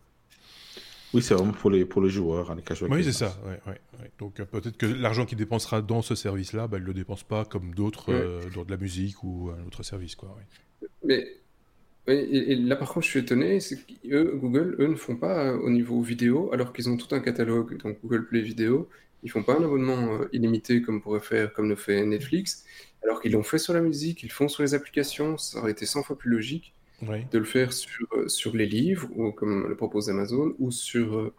Oui, c'est vraiment pour les, pour les joueurs, hein, les casual Oui, gamers. c'est ça. Ouais, ouais, ouais. Donc euh, peut-être que l'argent qu'il dépensera dans ce service-là, bah, il ne le dépense pas comme d'autres Ouais. euh, dans de la musique ou un autre service, quoi. Ouais. Mais oui, et, et là par contre je suis étonné, c'est qu'eux, Google, eux ne font pas euh, au niveau vidéo, alors qu'ils ont tout un catalogue, donc Google Play Vidéo, ils font pas un abonnement euh, illimité comme pourrait faire, comme le fait Netflix, alors qu'ils l'ont fait sur la musique, ils le font sur les applications, ça aurait été cent fois plus logique Ouais. de le faire sur, euh, sur les livres, ou comme le propose Amazon, ou sur, euh,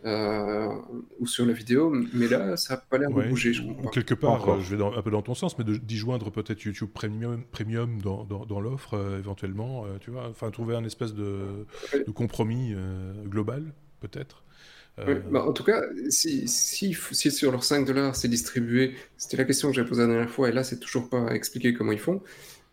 euh, ou sur la vidéo, mais là ça n'a pas l'air de Ouais, bouger, je ou, comprends ou pas. quelque Pas part, euh, encore. je vais dans- un peu dans ton sens, mais de- d'y joindre peut-être YouTube Premium, premium dans, dans, dans l'offre, euh, éventuellement, euh, tu vois, enfin trouver un espèce de, Ouais. de compromis euh, global, peut-être. Oui, Euh, bah, en tout cas, si, si, si sur leurs cinq dollars c'est distribué, c'était la question que j'avais posée la dernière fois, et là c'est toujours pas expliqué comment ils font.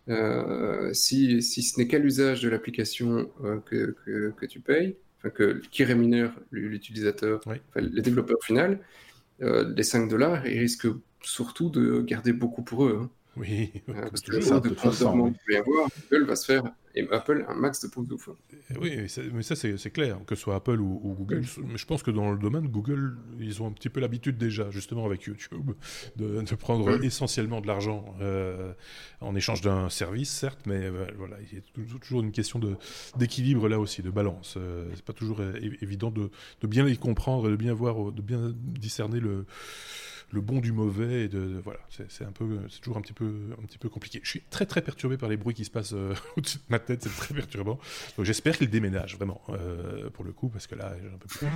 Euh, si, si ce n'est qu'à l'usage de l'application euh, que, que, que tu payes, enfin que, qui rémunère l'utilisateur, ouais. enfin, le développeur final, euh, les cinq dollars, ils risquent surtout de garder beaucoup pour eux. Hein. Oui, Euh, comme parce que le Ça, toujours. nombre de de toute comptes façon, dormants oui. qu'il peut y avoir, Google va se faire, et Apple, un max de pouces ouf. Hein. Et oui, mais ça, mais ça, c'est c'est clair, que ce soit Apple ou, ou Google. Mm. Mais je pense que dans le domaine, Google, ils ont un petit peu l'habitude déjà, justement avec YouTube, de, de prendre Mm. essentiellement de l'argent euh, en échange d'un service, certes, mais euh, voilà, il y a toujours- toujours une question de- d'équilibre là aussi, de balance. Euh, c'est pas toujours é- évident de, de bien les comprendre et de bien voir, de bien discerner le le bon du mauvais et de, de- voilà, c'est c'est un peu, c'est toujours un petit peu, un petit peu compliqué. Je suis très très perturbé par les bruits qui se passent euh, au-dessus de ma tête, c'est très perturbant. Donc j'espère qu'il déménage vraiment euh, pour le coup parce que là j'en peux plus.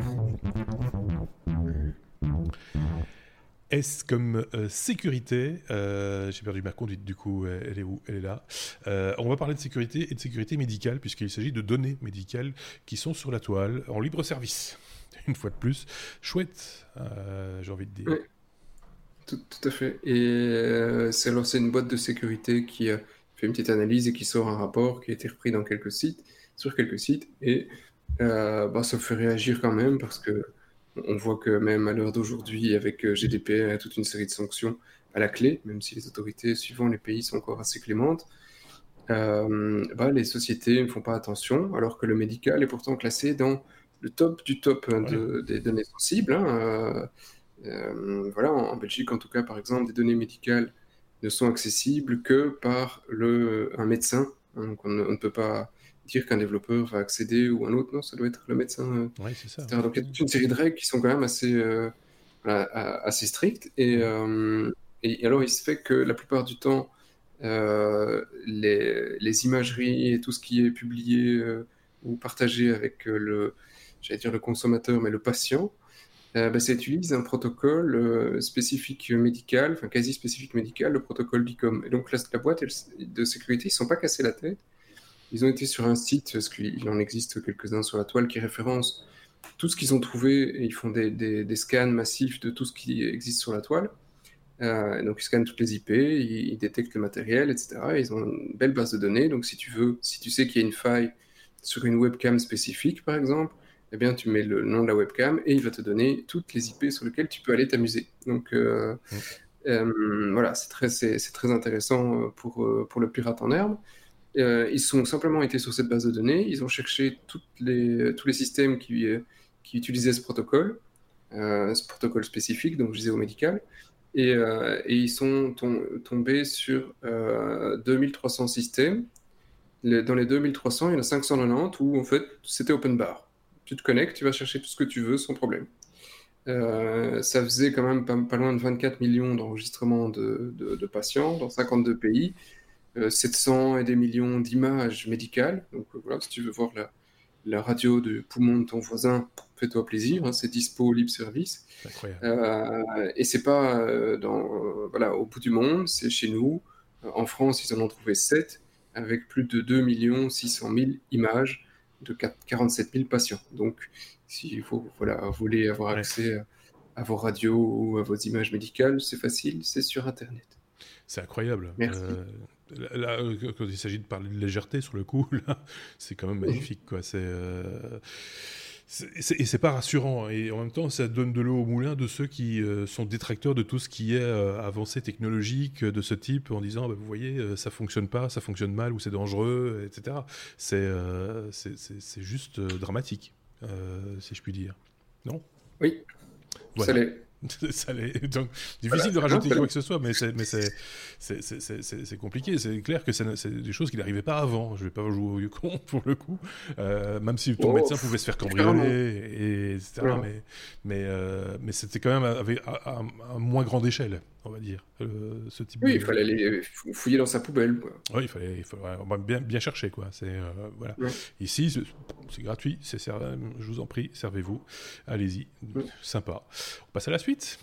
S comme euh, sécurité, euh, j'ai perdu ma conduite du coup, elle elle est où? Elle est là. Euh, on va parler de sécurité et de sécurité médicale puisqu'il s'agit de données médicales qui sont sur la toile en libre service. Une fois de plus, chouette, euh, j'ai envie de dire. Ouais. Tout, tout à fait. Et euh, c'est alors c'est une boîte de sécurité qui a fait une petite analyse et qui sort un rapport qui a été repris dans quelques sites, sur quelques sites, et euh, bah, ça fait réagir quand même parce que on voit que même à l'heure d'aujourd'hui, avec euh, G D P R et toute une série de sanctions à la clé, même si les autorités suivant les pays sont encore assez clémentes, euh, bah, les sociétés ne font pas attention, alors que le médical est pourtant classé dans le top du top hein, Ouais. de- des données sensibles. Hein, euh, euh, voilà, en, en Belgique, en tout cas, par exemple, des données médicales ne sont accessibles que par le, un médecin. Hein, donc on ne, on ne peut pas dire qu'un développeur va accéder ou un autre, non, ça doit être le médecin, euh, Ouais, c'est ça. et cetera. Donc il y a toute une série de règles qui sont quand même assez, euh, voilà, a- assez strictes. Et, euh, et alors il se fait que la plupart du temps, euh, les, les imageries et tout ce qui est publié euh, ou partagé avec euh, le, j'allais dire le consommateur, mais le patient, euh, bah, ça utilise un protocole euh, spécifique médical, enfin quasi spécifique médical, le protocole D I COM. Et donc la, la boîte elle, de sécurité, ils ne sont pas cassés la tête. Ils ont été sur un site, parce qu'il en existe quelques-uns sur la toile, qui référencent tout ce qu'ils ont trouvé, et ils font des, des, des scans massifs de tout ce qui existe sur la toile. Euh, donc ils scannent toutes les I P, ils, ils détectent le matériel, et cetera. Ils ont une belle base de données, donc si tu veux, si tu sais qu'il y a une faille sur une webcam spécifique, par exemple, eh bien tu mets le nom de la webcam et il va te donner toutes les I P sur lesquelles tu peux aller t'amuser. Donc euh, mmh. euh, voilà, c'est très, c'est, c'est très intéressant pour, pour le pirate en herbe. Euh, ils ont simplement été sur cette base de données, ils ont cherché toutes les, tous les systèmes qui, qui utilisaient ce protocole, euh, ce protocole spécifique, donc je disais au médical, et, euh, et ils sont tom- tombés sur euh, deux mille trois cents systèmes. Les, dans les deux mille trois cents, il y en a cinq cent quatre-vingt-dix où en fait c'était open bar. Tu te connectes, tu vas chercher tout ce que tu veux sans problème. Euh, ça faisait quand même pas, pas loin de vingt-quatre millions d'enregistrements de, de, de patients dans cinquante-deux pays. sept cents et des millions d'images médicales. Donc voilà, si tu veux voir la, la radio du poumon de ton voisin, fais-toi plaisir, hein, c'est dispo libre service. C'est incroyable. Euh, et c'est pas euh, dans, euh, voilà, au bout du monde, c'est chez nous. Euh, en France, ils en ont trouvé sept, avec plus de deux millions six cent mille images de quarante-sept mille patients. Donc, si vous voilà, voulez avoir accès ouais. à, à vos radios ou à vos images médicales, c'est facile, c'est sur Internet. C'est incroyable. Merci. Euh, là, quand il s'agit de parler de légèreté, sur le coup, là, c'est quand même magnifique, quoi. C'est, euh, c'est, c'est, et c'est pas rassurant. Et en même temps, ça donne de l'eau au moulin de ceux qui euh, sont détracteurs de tout ce qui est euh, avancée technologique de ce type, en disant, bah, vous voyez, euh, ça fonctionne pas, ça fonctionne mal, ou c'est dangereux, et cetera. C'est, euh, c'est, c'est, c'est juste euh, dramatique, euh, si je puis dire. Non ? Oui, voilà. Ça l'est. Ça l'est. Donc, difficile voilà, de rajouter quoi que ce soit, mais c'est, mais c'est, c'est, c'est, c'est, c'est, c'est compliqué. C'est clair que c'est, c'est des choses qui n'arrivaient pas avant. Je ne vais pas jouer au vieux con pour le coup, euh, même si ton oh, médecin pouvait se faire cambrioler, et, et cetera. Ouais. Mais, mais, euh, mais c'était quand même avec, à, à, à moins grande échelle, on va dire, euh, ce type oui, de... il fallait aller fouiller dans sa poubelle, quoi. Oui, il fallait, il fallait bien, bien chercher, quoi. C'est, euh, voilà. Ouais. Ici, c'est, c'est gratuit, c'est, je vous en prie, servez-vous. Allez-y, ouais. Sympa. On passe à la suite.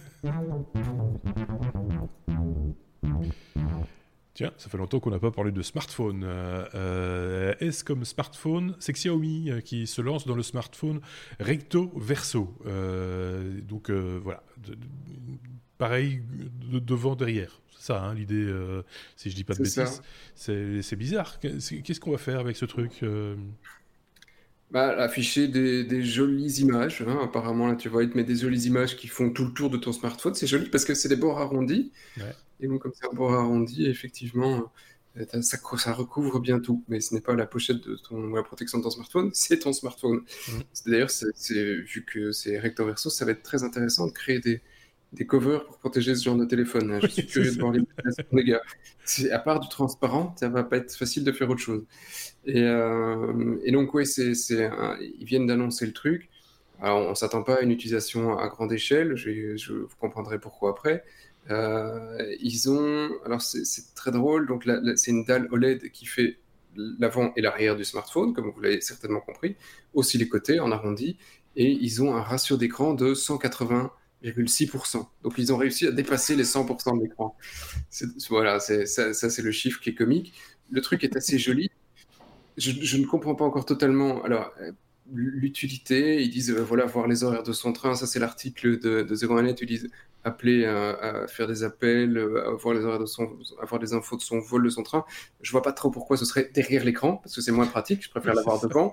Tiens, ça fait longtemps qu'on n'a pas parlé de smartphone. Euh, S comme smartphone, c'est Xiaomi qui se lance dans le smartphone recto verso. Euh, donc euh, voilà, de, de, pareil de, devant derrière. C'est ça, hein, l'idée. Euh, si je dis pas de c'est bêtises, c'est, c'est bizarre. Qu'est-ce qu'on va faire avec ce truc euh... Bah, afficher des, des jolies images. Hein. Apparemment, là, tu vois, il te met des jolies images qui font tout le tour de ton smartphone. C'est joli parce que c'est des bords arrondis. Ouais. Et donc, comme c'est un bord arrondi, effectivement, ça, ça recouvre bien tout. Mais ce n'est pas la pochette de ton, la protection de ton smartphone, c'est ton smartphone. Mmh. D'ailleurs, c'est, c'est, vu que c'est recto verso, ça va être très intéressant de créer des, des covers pour protéger ce genre de téléphone. Hein. Je suis oui, curieux de voir les, les gars. C'est, à part du transparent, ça va pas être facile de faire autre chose. Et, euh, et donc, oui, c'est, c'est un, ils viennent d'annoncer le truc. Alors, on ne s'attend pas à une utilisation à grande échelle. Je, je, vous comprendrez pourquoi après. Euh, ils ont... Alors, c'est, c'est très drôle. Donc, la, la, c'est une dalle O L E D qui fait l'avant et l'arrière du smartphone, comme vous l'avez certainement compris. Aussi les côtés, en arrondi. Et ils ont un ratio d'écran de cent quatre-vingts virgule six pour cent. Donc, ils ont réussi à dépasser les cent pour cent de l'écran. C'est, voilà, c'est, ça, ça, c'est le chiffre qui est comique. Le truc est assez joli. Je, je ne comprends pas encore totalement alors, l'utilité. Ils disent, euh, voilà, voir les horaires de son train. Ça, c'est l'article de, de zéro un net. Ils disent, appeler à, à faire des appels, à voir les horaires de son, avoir des infos de son vol, de son train. Je vois pas trop pourquoi ce serait derrière l'écran, parce que c'est moins pratique. Je préfère oui, l'avoir devant.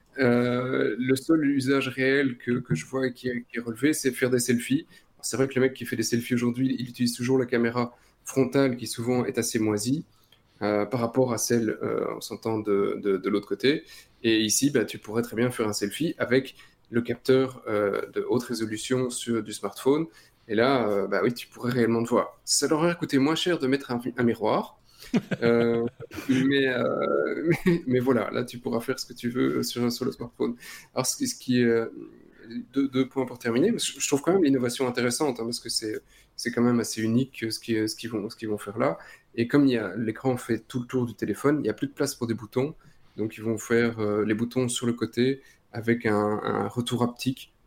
Euh, le seul usage réel que, que je vois et qui est, qui est relevé, c'est faire des selfies. Alors, c'est vrai que le mec qui fait des selfies aujourd'hui, il utilise toujours la caméra frontale qui souvent est assez moisie. Euh, par rapport à celle, euh, on s'entend de, de, de l'autre côté. Et ici, bah, tu pourrais très bien faire un selfie avec le capteur euh, de haute résolution sur du smartphone. Et là, euh, bah oui, tu pourrais réellement te voir. Ça leur aurait coûté moins cher de mettre un, un miroir. euh, mais, euh, mais, mais voilà, là, tu pourras faire ce que tu veux sur, sur le smartphone. Alors, ce, ce qui est... Euh, deux, deux points pour terminer. Je, je trouve quand même l'innovation intéressante, hein, parce que c'est, c'est quand même assez unique ce, qui, ce, qu'ils vont, ce qu'ils vont faire là. Et comme il y a, l'écran fait tout le tour du téléphone, il n'y a plus de place pour des boutons. Donc, ils vont faire euh, les boutons sur le côté avec un, un retour haptique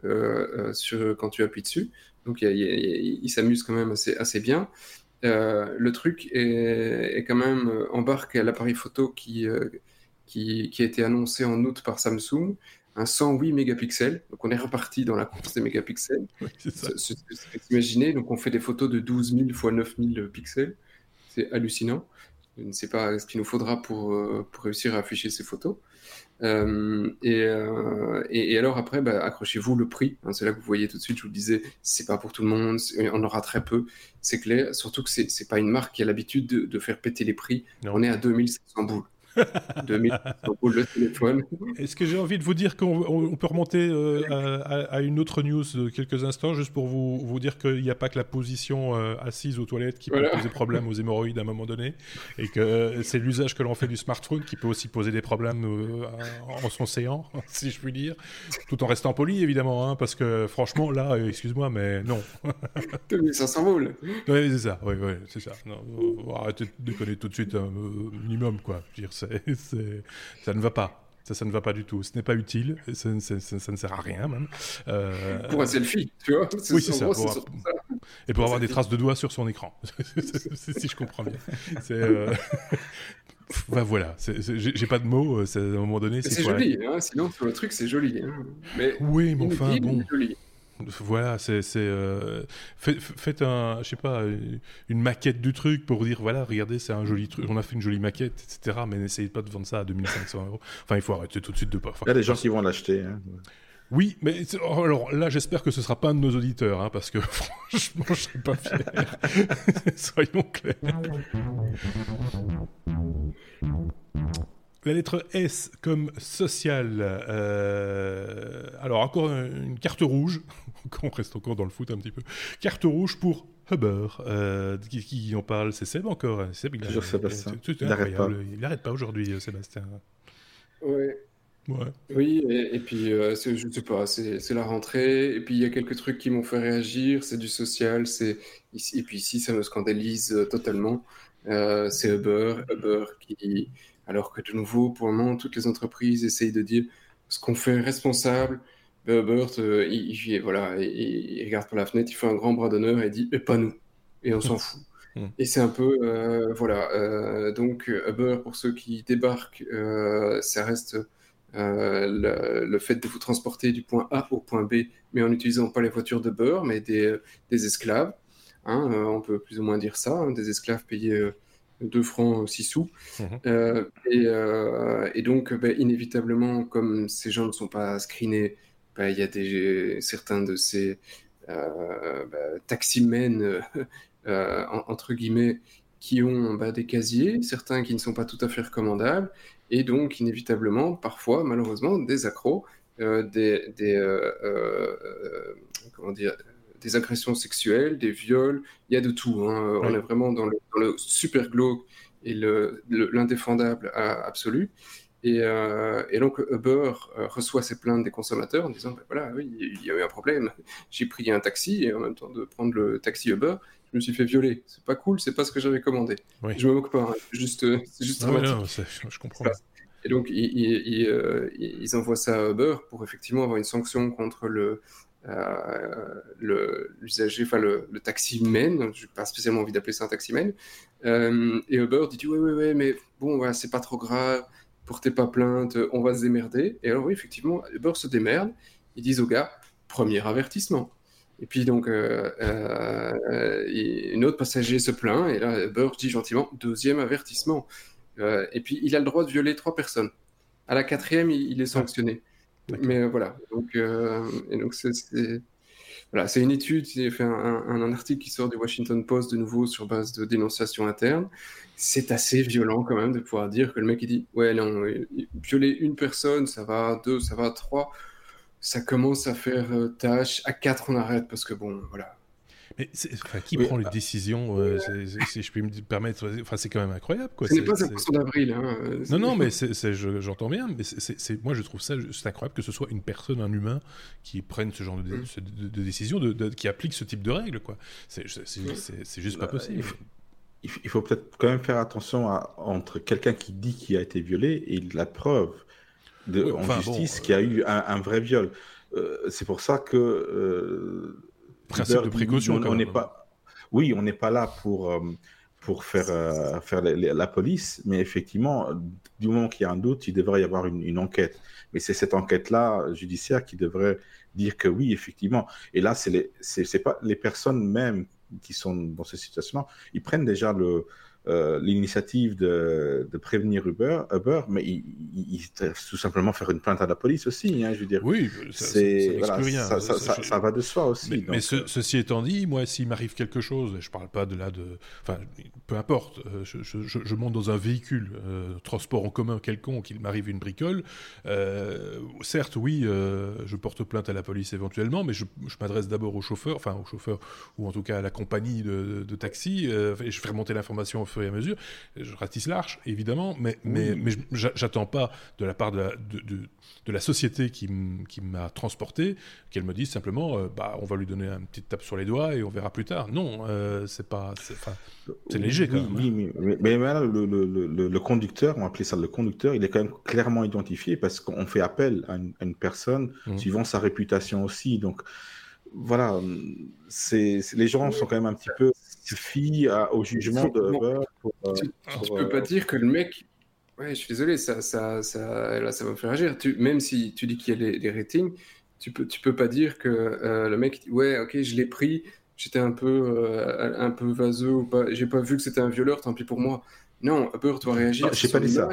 euh, euh, sur, quand tu appuies dessus. Donc il, il, il, il s'amuse quand même assez, assez bien. Euh, le truc est, est quand même euh, embarque à l'appareil photo qui, euh, qui, qui a été annoncé en août par Samsung, un cent huit mégapixels. Donc on est reparti dans la course des mégapixels. Oui, c'est ça. Ce, ce, ce, imaginez, donc on fait des photos de douze mille fois neuf mille pixels. C'est hallucinant. Je ne sais pas ce qu'il nous faudra pour, euh, pour réussir à afficher ces photos. Euh, et, euh, et, et alors après, bah, accrochez-vous le prix. Hein, c'est là que vous voyez tout de suite. Je vous le disais, c'est pas pour tout le monde. On aura très peu. C'est clair. Surtout que c'est, c'est pas une marque qui a l'habitude de, de faire péter les prix. Non. On est à deux mille cinq cents boules. deux mille cinq cents boules le téléphone. Est-ce que j'ai envie de vous dire qu'on on peut remonter euh, à, à une autre news de quelques instants, juste pour vous, vous dire qu'il n'y a pas que la position euh, assise aux toilettes qui voilà. peut poser problème aux hémorroïdes à un moment donné, et que euh, c'est l'usage que l'on fait du smartphone qui peut aussi poser des problèmes euh, en son séant, si je puis dire, tout en restant poli évidemment, hein, parce que franchement là, euh, excuse-moi, mais non. deux mille cinq cents boules. Oui, c'est ça, oui, oui, c'est ça. Non, on va arrêter de déconner tout de suite, un euh, minimum, quoi. Je veux dire, c'est, c'est, ça ne va pas. Ça, ça ne va pas du tout. Ce n'est pas utile. Ça, ça, ça, ça ne sert à rien, même. Euh... Pour un selfie, tu vois. C'est oui, c'est ça. Gros, pour... c'est ça. Et pour, pour avoir des traces de doigts sur son écran. Si je comprends bien. C'est... Euh... Ben voilà, c'est, c'est, j'ai, j'ai pas de mots. C'est, à un moment donné, c'est, c'est joli. Hein, sinon, sur le truc, c'est joli. Hein. Mais oui, mais enfin, bon. C'est joli. Voilà, c'est, c'est euh, fait, faites un, je sais pas, une maquette du truc pour dire voilà, regardez, c'est un joli truc, on a fait une jolie maquette, et cetera. Mais n'essayez pas de vendre ça à deux mille cinq cents euros. Enfin, il faut arrêter tout de suite de pas. Enfin, il y a des gens qui vont l'acheter. Hein. Oui, mais alors là, j'espère que ce sera pas un de nos auditeurs, hein, parce que franchement, je serais pas fier. Soyons clairs. La lettre S comme social. Euh... Alors, encore une carte rouge. On reste encore dans le foot un petit peu. Carte rouge pour Uber. Euh, qui, qui en parle? C'est Seb encore. Seb, il Toujours Sébastien. C'est, c'est il n'arrête pas. Il n'arrête pas aujourd'hui, Sébastien. Ouais. Ouais. Oui, et, et puis, euh, c'est, je ne sais pas, c'est, c'est la rentrée. Et puis, il y a quelques trucs qui m'ont fait réagir. C'est du social. C'est... Et puis, ici, ça me scandalise euh, totalement. Euh, c'est Uber. Uber qui... Alors que de nouveau, pour le moment, toutes les entreprises essayent de dire ce qu'on fait responsable. Ben, Uber, euh, il, il, voilà, il, il regarde par la fenêtre, il fait un grand bras d'honneur et il dit « mais pas nous ». Et on s'en fout. Et c'est un peu, euh, voilà. Euh, donc, Uber, pour ceux qui débarquent, euh, ça reste euh, le, le fait de vous transporter du point A au point B, mais en n'utilisant pas les voitures d'Uber, mais des, des esclaves. Hein, euh, on peut plus ou moins dire ça, hein, des esclaves payés... Euh, deux francs, six sous. Mmh. Euh, et, euh, et donc, bah, inévitablement, comme ces gens ne sont pas screenés, bah, il y a des, certains de ces euh, bah, taximens, euh, entre guillemets, qui ont bah, des casiers, certains qui ne sont pas tout à fait recommandables, et donc, inévitablement, parfois, malheureusement, des accros, euh, des... des euh, euh, comment dire des agressions sexuelles, des viols, il y a de tout. Hein. Oui. On est vraiment dans le, dans le super glauque et le, le, l'indéfendable absolu. Et, euh, et donc Uber euh, reçoit ces plaintes des consommateurs en disant ben voilà, oui, il y a eu un problème. J'ai pris un taxi et en même temps de prendre le taxi Uber, je me suis fait violer. C'est pas cool, c'est pas ce que j'avais commandé. Oui. Je me moque pas, hein. c'est juste, c'est juste dramatique. Non, non, c'est, je comprends. Et donc ils, ils, ils, euh, ils envoient ça à Uber pour effectivement avoir une sanction contre le Euh, le, l'usager, enfin le, le taximan, je n'ai pas spécialement envie d'appeler ça un taximan, euh, et Uber dit oui, oui, oui, mais bon, voilà, c'est pas trop grave, portez pas plainte, on va se démerder. Et alors oui, effectivement, Uber se démerde, ils disent au gars, premier avertissement. Et puis donc, euh, euh, une autre passager se plaint, et là, Uber dit gentiment, deuxième avertissement. Euh, et puis, il a le droit de violer trois personnes. À la quatrième, il, il est sanctionné. D'accord. Mais euh, voilà, donc, euh, et donc c'est, c'est, voilà, c'est une étude, j'ai fait un, un, un article qui sort du Washington Post de nouveau sur base de dénonciation interne. C'est assez violent quand même de pouvoir dire que le mec il dit ouais non, violer une personne ça va, deux ça va, trois ça commence à faire euh, tâche, à quatre on arrête parce que bon voilà. Mais c'est, enfin, qui oui, prend les décisions euh, c'est, c'est, si je puis me permettre, enfin, c'est quand même incroyable. Quoi. Ce n'est pas un poisson d'avril. Hein. Non, non, mais c'est, c'est, je, j'entends bien, mais c'est, c'est, c'est, moi je trouve ça c'est incroyable que ce soit une personne, un humain, qui prenne ce genre de, de, de, de décision, de, de, qui applique ce type de règles. Quoi. C'est, c'est, c'est, c'est juste pas possible. Il faut, il faut peut-être quand même faire attention à, entre quelqu'un qui dit qu'il a été violé et la preuve de, oui, enfin, en justice bon, qu'il y a eu un, un vrai viol. euh, c'est pour ça que euh, principe Uber, de précaution. on, quand on même. n'est pas, oui, on n'est pas là pour euh, pour faire euh, faire les, les, la police, mais effectivement, du moment qu'il y a un doute, il devrait y avoir une, une enquête. Mais c'est cette enquête-là judiciaire qui devrait dire que oui, effectivement. Et là, c'est les c'est, c'est pas les personnes même qui sont dans ces situations-là, ils prennent déjà le Euh, l'initiative de, de prévenir Uber, Uber mais ils, ils, ils tout simplement faire une plainte à la police aussi, hein, je veux dire. Oui, ça, c'est, ça, ça voilà, rien. Ça, ça, ça, ça va de soi aussi. Mais, donc, mais ce, euh... ceci étant dit, moi, s'il m'arrive quelque chose, je parle pas de là de, enfin, peu importe, je, je, je monte dans un véhicule, euh, transport en commun quelconque, il m'arrive une bricole. Euh, certes, oui, euh, je porte plainte à la police éventuellement, mais je, je m'adresse d'abord au chauffeur, enfin au chauffeur ou en tout cas à la compagnie de, de taxi, euh, et je fais remonter l'information au fur et à mesure. Je ratisse l'arche, évidemment, mais, oui. mais, mais j'attends pas de la part de la, de, de, de la société qui, qui m'a transporté qu'elle me dise simplement euh, bah, on va lui donner une petite tape sur les doigts et on verra plus tard. Non, euh, c'est pas, c'est, c'est léger quand oui, même. Oui, mais, mais, mais là, le, le, le, le conducteur, on va appeler ça le conducteur, il est quand même clairement identifié parce qu'on fait appel à une, à une personne mmh. suivant sa réputation aussi. Donc, voilà, c'est, c'est, les gens sont quand même un petit peu fient au jugement de Uber. Pour, euh, tu ne peux euh... pas dire que le mec... Ouais, je suis désolé, ça, ça, ça, là, ça va me faire agir. Tu, même si tu dis qu'il y a les, les ratings, tu peux, tu peux pas dire que euh, le mec, ouais, ok, je l'ai pris, j'étais un peu, euh, un peu vaseux ou pas, j'ai pas vu que c'était un violeur, tant pis pour moi. Non, Uber doit réagir. Non, j'ai pas dit ça.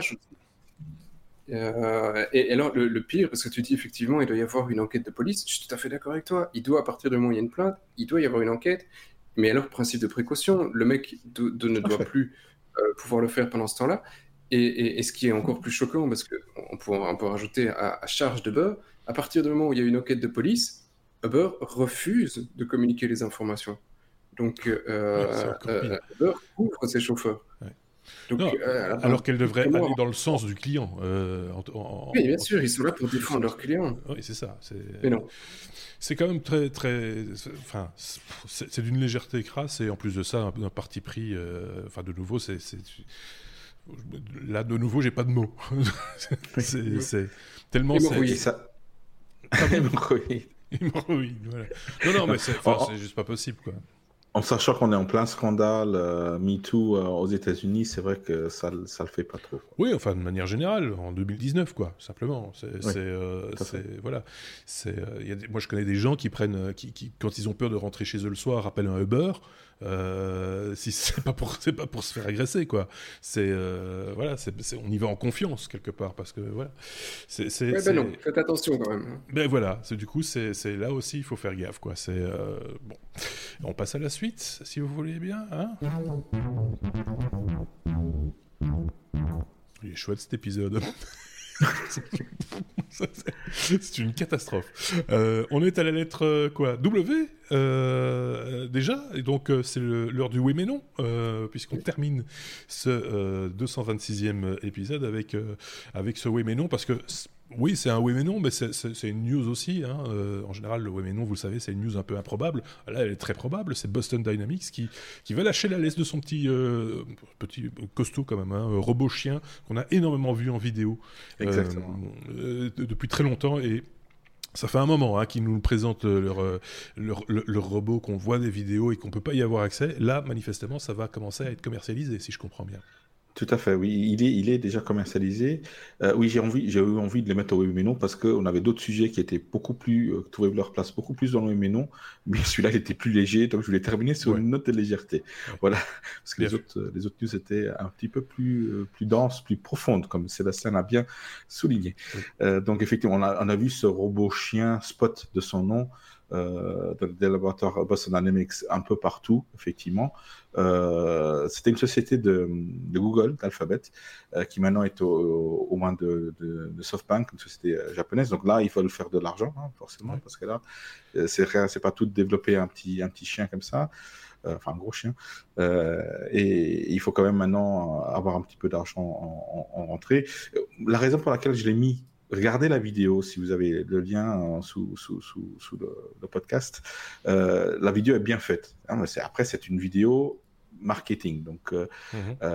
Euh, et, et alors, le, le pire, parce que tu dis effectivement, il doit y avoir une enquête de police, je suis tout à fait d'accord avec toi. Il doit, à partir du moment où il y a une plainte, il doit y avoir une enquête. Mais alors, principe de précaution, le mec de, de ne doit plus euh, pouvoir le faire pendant ce temps-là. Et, et, et ce qui est encore plus choquant, parce qu'on peut, on peut rajouter à, à charge d'Uber, à partir du moment où il y a une enquête de police, Uber refuse de communiquer les informations. Donc, euh, ouais, euh, Uber couvre ses chauffeurs. Ouais. Donc, non, euh, alors, alors qu'elle devrait comment... aller dans le sens du client. Euh, en, en, oui, bien en, sûr, en, ils sont là pour défendre leurs clients. Oui, c'est ça. C'est, mais non. C'est quand même très, très, enfin, c'est, c'est d'une légèreté crasse et en plus de ça, un, un parti pris. Euh, enfin, de nouveau, c'est, c'est, là, de nouveau, j'ai pas de mots. c'est, oui. c'est tellement. Hémorroïde. C'est ça. Hémorroïde. Hémorroïde, voilà. Non, non, mais c'est, enfin, c'est juste pas possible, quoi. En sachant qu'on est en plein scandale euh, MeToo euh, aux États-Unis, c'est vrai que ça, ça le fait pas trop. Quoi. Oui, enfin de manière générale, en deux mille dix-neuf, quoi, simplement. C'est, oui, c'est, euh, c'est voilà. C'est, euh, y a des, moi, je connais des gens qui prennent, qui, qui, quand ils ont peur de rentrer chez eux le soir, appellent un Uber. Euh, si c'est pas pour, c'est pas pour se faire agresser, quoi. C'est, euh, voilà, c'est, c'est, on y va en confiance quelque part, parce que voilà. C'est, c'est, ouais, c'est... ben non, faites attention quand même. Ben voilà, c'est du coup, c'est, c'est là aussi, il faut faire gaffe, quoi. C'est euh, bon. On passe à la suite, si vous voulez bien, hein. Il est chouette cet épisode. C'est une catastrophe. Euh, on est à la lettre euh, quoi W euh, déjà, et donc euh, c'est le, l'heure du oui mais non, euh, puisqu'on termine ce euh, deux cent vingt-sixième épisode avec, euh, avec ce oui mais non, parce que oui, c'est un oui mais non, mais c'est, c'est, c'est une news aussi. Hein. Euh, en général, le oui mais non, vous le savez, c'est une news un peu improbable. Là, elle est très probable. C'est Boston Dynamics qui, qui va lâcher la laisse de son petit, euh, petit costaud quand même, hein, robot chien qu'on a énormément vu en vidéo euh, euh, depuis très longtemps. Et ça fait un moment hein, qu'ils nous présentent leur, leur, leur, leur robot, qu'on voit des vidéos et qu'on ne peut pas y avoir accès. Là, manifestement, ça va commencer à être commercialisé, si je comprends bien. Tout à fait, oui, il est, il est déjà commercialisé. Euh, oui, j'ai envie, j'ai eu envie de les mettre au oui mais non parce qu'on avait d'autres sujets qui étaient beaucoup plus, euh, qui trouvaient leur place beaucoup plus dans le oui mais non, mais celui-là il était plus léger, donc je voulais terminer sur ouais. une note de légèreté. Ouais. Voilà, parce que les autres, les autres news étaient un petit peu plus, euh, plus denses, plus profondes, comme Sébastien a bien souligné. Ouais. Euh, donc effectivement, on a, on a vu ce robot chien Spot de son nom. Euh, dans des laboratoires Boston Dynamics un peu partout, effectivement. Euh, c'était une société de, de Google, d'Alphabet, euh, qui maintenant est au, au moins de, de, de SoftBank, une société japonaise. Donc là, il faut faire de l'argent, hein, forcément, ouais. parce que là, c'est, c'est pas tout de développer un petit, un petit chien comme ça. Euh, enfin un gros chien, euh, et, et il faut quand même maintenant avoir un petit peu d'argent en, en, en rentrée. La raison pour laquelle je l'ai mis, regardez la vidéo si vous avez le lien sous, sous, sous, sous le, le podcast, euh, la vidéo est bien faite. Hein, c'est, après, c'est une vidéo marketing. Donc, euh, Mmh.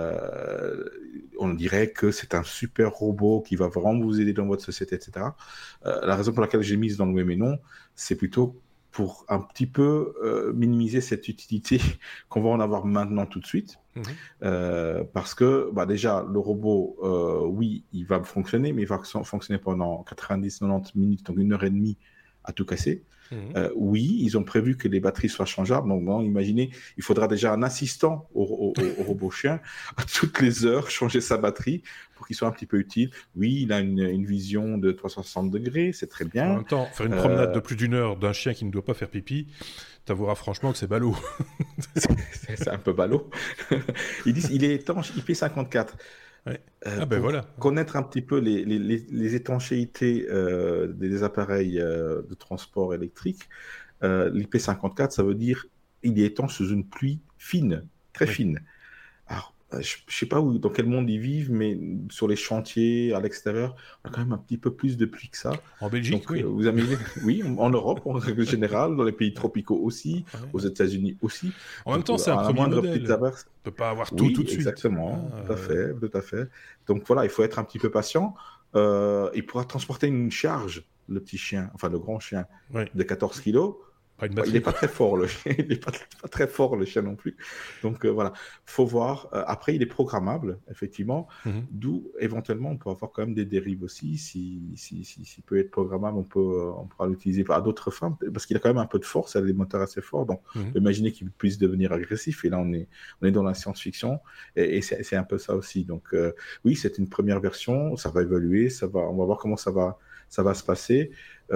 euh, on dirait que c'est un super robot qui va vraiment vous aider dans votre société, et cetera. Euh, la raison pour laquelle j'ai mise dans le oui mais non, c'est plutôt pour un petit peu euh, minimiser cette utilité qu'on va en avoir maintenant tout de suite. Mmh. Euh, parce que bah déjà, le robot, euh, oui, il va fonctionner, mais il va fonctionner pendant quatre-vingt-dix à quatre-vingt-dix minutes, donc une heure et demie à tout casser. Mmh. Euh, oui, ils ont prévu que les batteries soient changeables. Donc, bon, imaginez, il faudra déjà un assistant au, au, au, au robot chien à toutes les heures changer sa batterie pour qu'il soit un petit peu utile. Oui, il a une, une vision de trois cent soixante degrés, c'est très bien. En même temps, faire une Euh, promenade de plus d'une heure d'un chien qui ne doit pas faire pipi, t'avoueras franchement que c'est ballot. c'est, c'est un peu ballot. Ils disent il est étanche I P cinquante-quatre. Ouais. Euh, Ah ben pour voilà. connaître un petit peu les, les, les, les étanchéités euh, des appareils euh, de transport électrique, euh, l'I P cinquante-quatre, ça veut dire il est étanche sous une pluie fine, très Oui. fine. Alors, euh, je ne sais pas où, dans quel monde ils vivent, mais sur les chantiers, à l'extérieur, on a quand même un petit peu plus de pluie que ça. En Belgique, Donc, oui. euh, vous amusez oui, en, en Europe, en règle générale, dans les pays tropicaux aussi, Ouais. aux États-Unis aussi. En même Donc, temps, c'est un à la premier moindre modèle. petite averse, On peut pas avoir tout oui, tout de suite. exactement, Ah, tout à euh, fait, tout à fait. Donc voilà, il faut être un petit peu patient. Euh, il pourra transporter une charge, le petit chien, enfin le grand chien, ouais. de quatorze kilos. Pas une Bah, batterie. il n'est pas quoi. très fort, le chien. Il n'est pas, pas très fort, le chien non plus. Donc euh, voilà, faut voir. Euh, après, il est programmable, effectivement. Mhm. D'où éventuellement, on peut avoir quand même des dérives aussi. Si, si, si, s'il peut être programmable, on peut, euh, on pourra l'utiliser à d'autres fins, parce qu'il a quand même un peu de force. Il a des moteurs assez forts. Donc, Mhm. imaginez qu'il puisse devenir agressif. Et là, on est, on est dans la science-fiction, et, et c'est, c'est un peu ça aussi. Donc, euh, oui, c'est une première version. Ça va évoluer. Ça va, on va voir comment ça va, ça va se passer.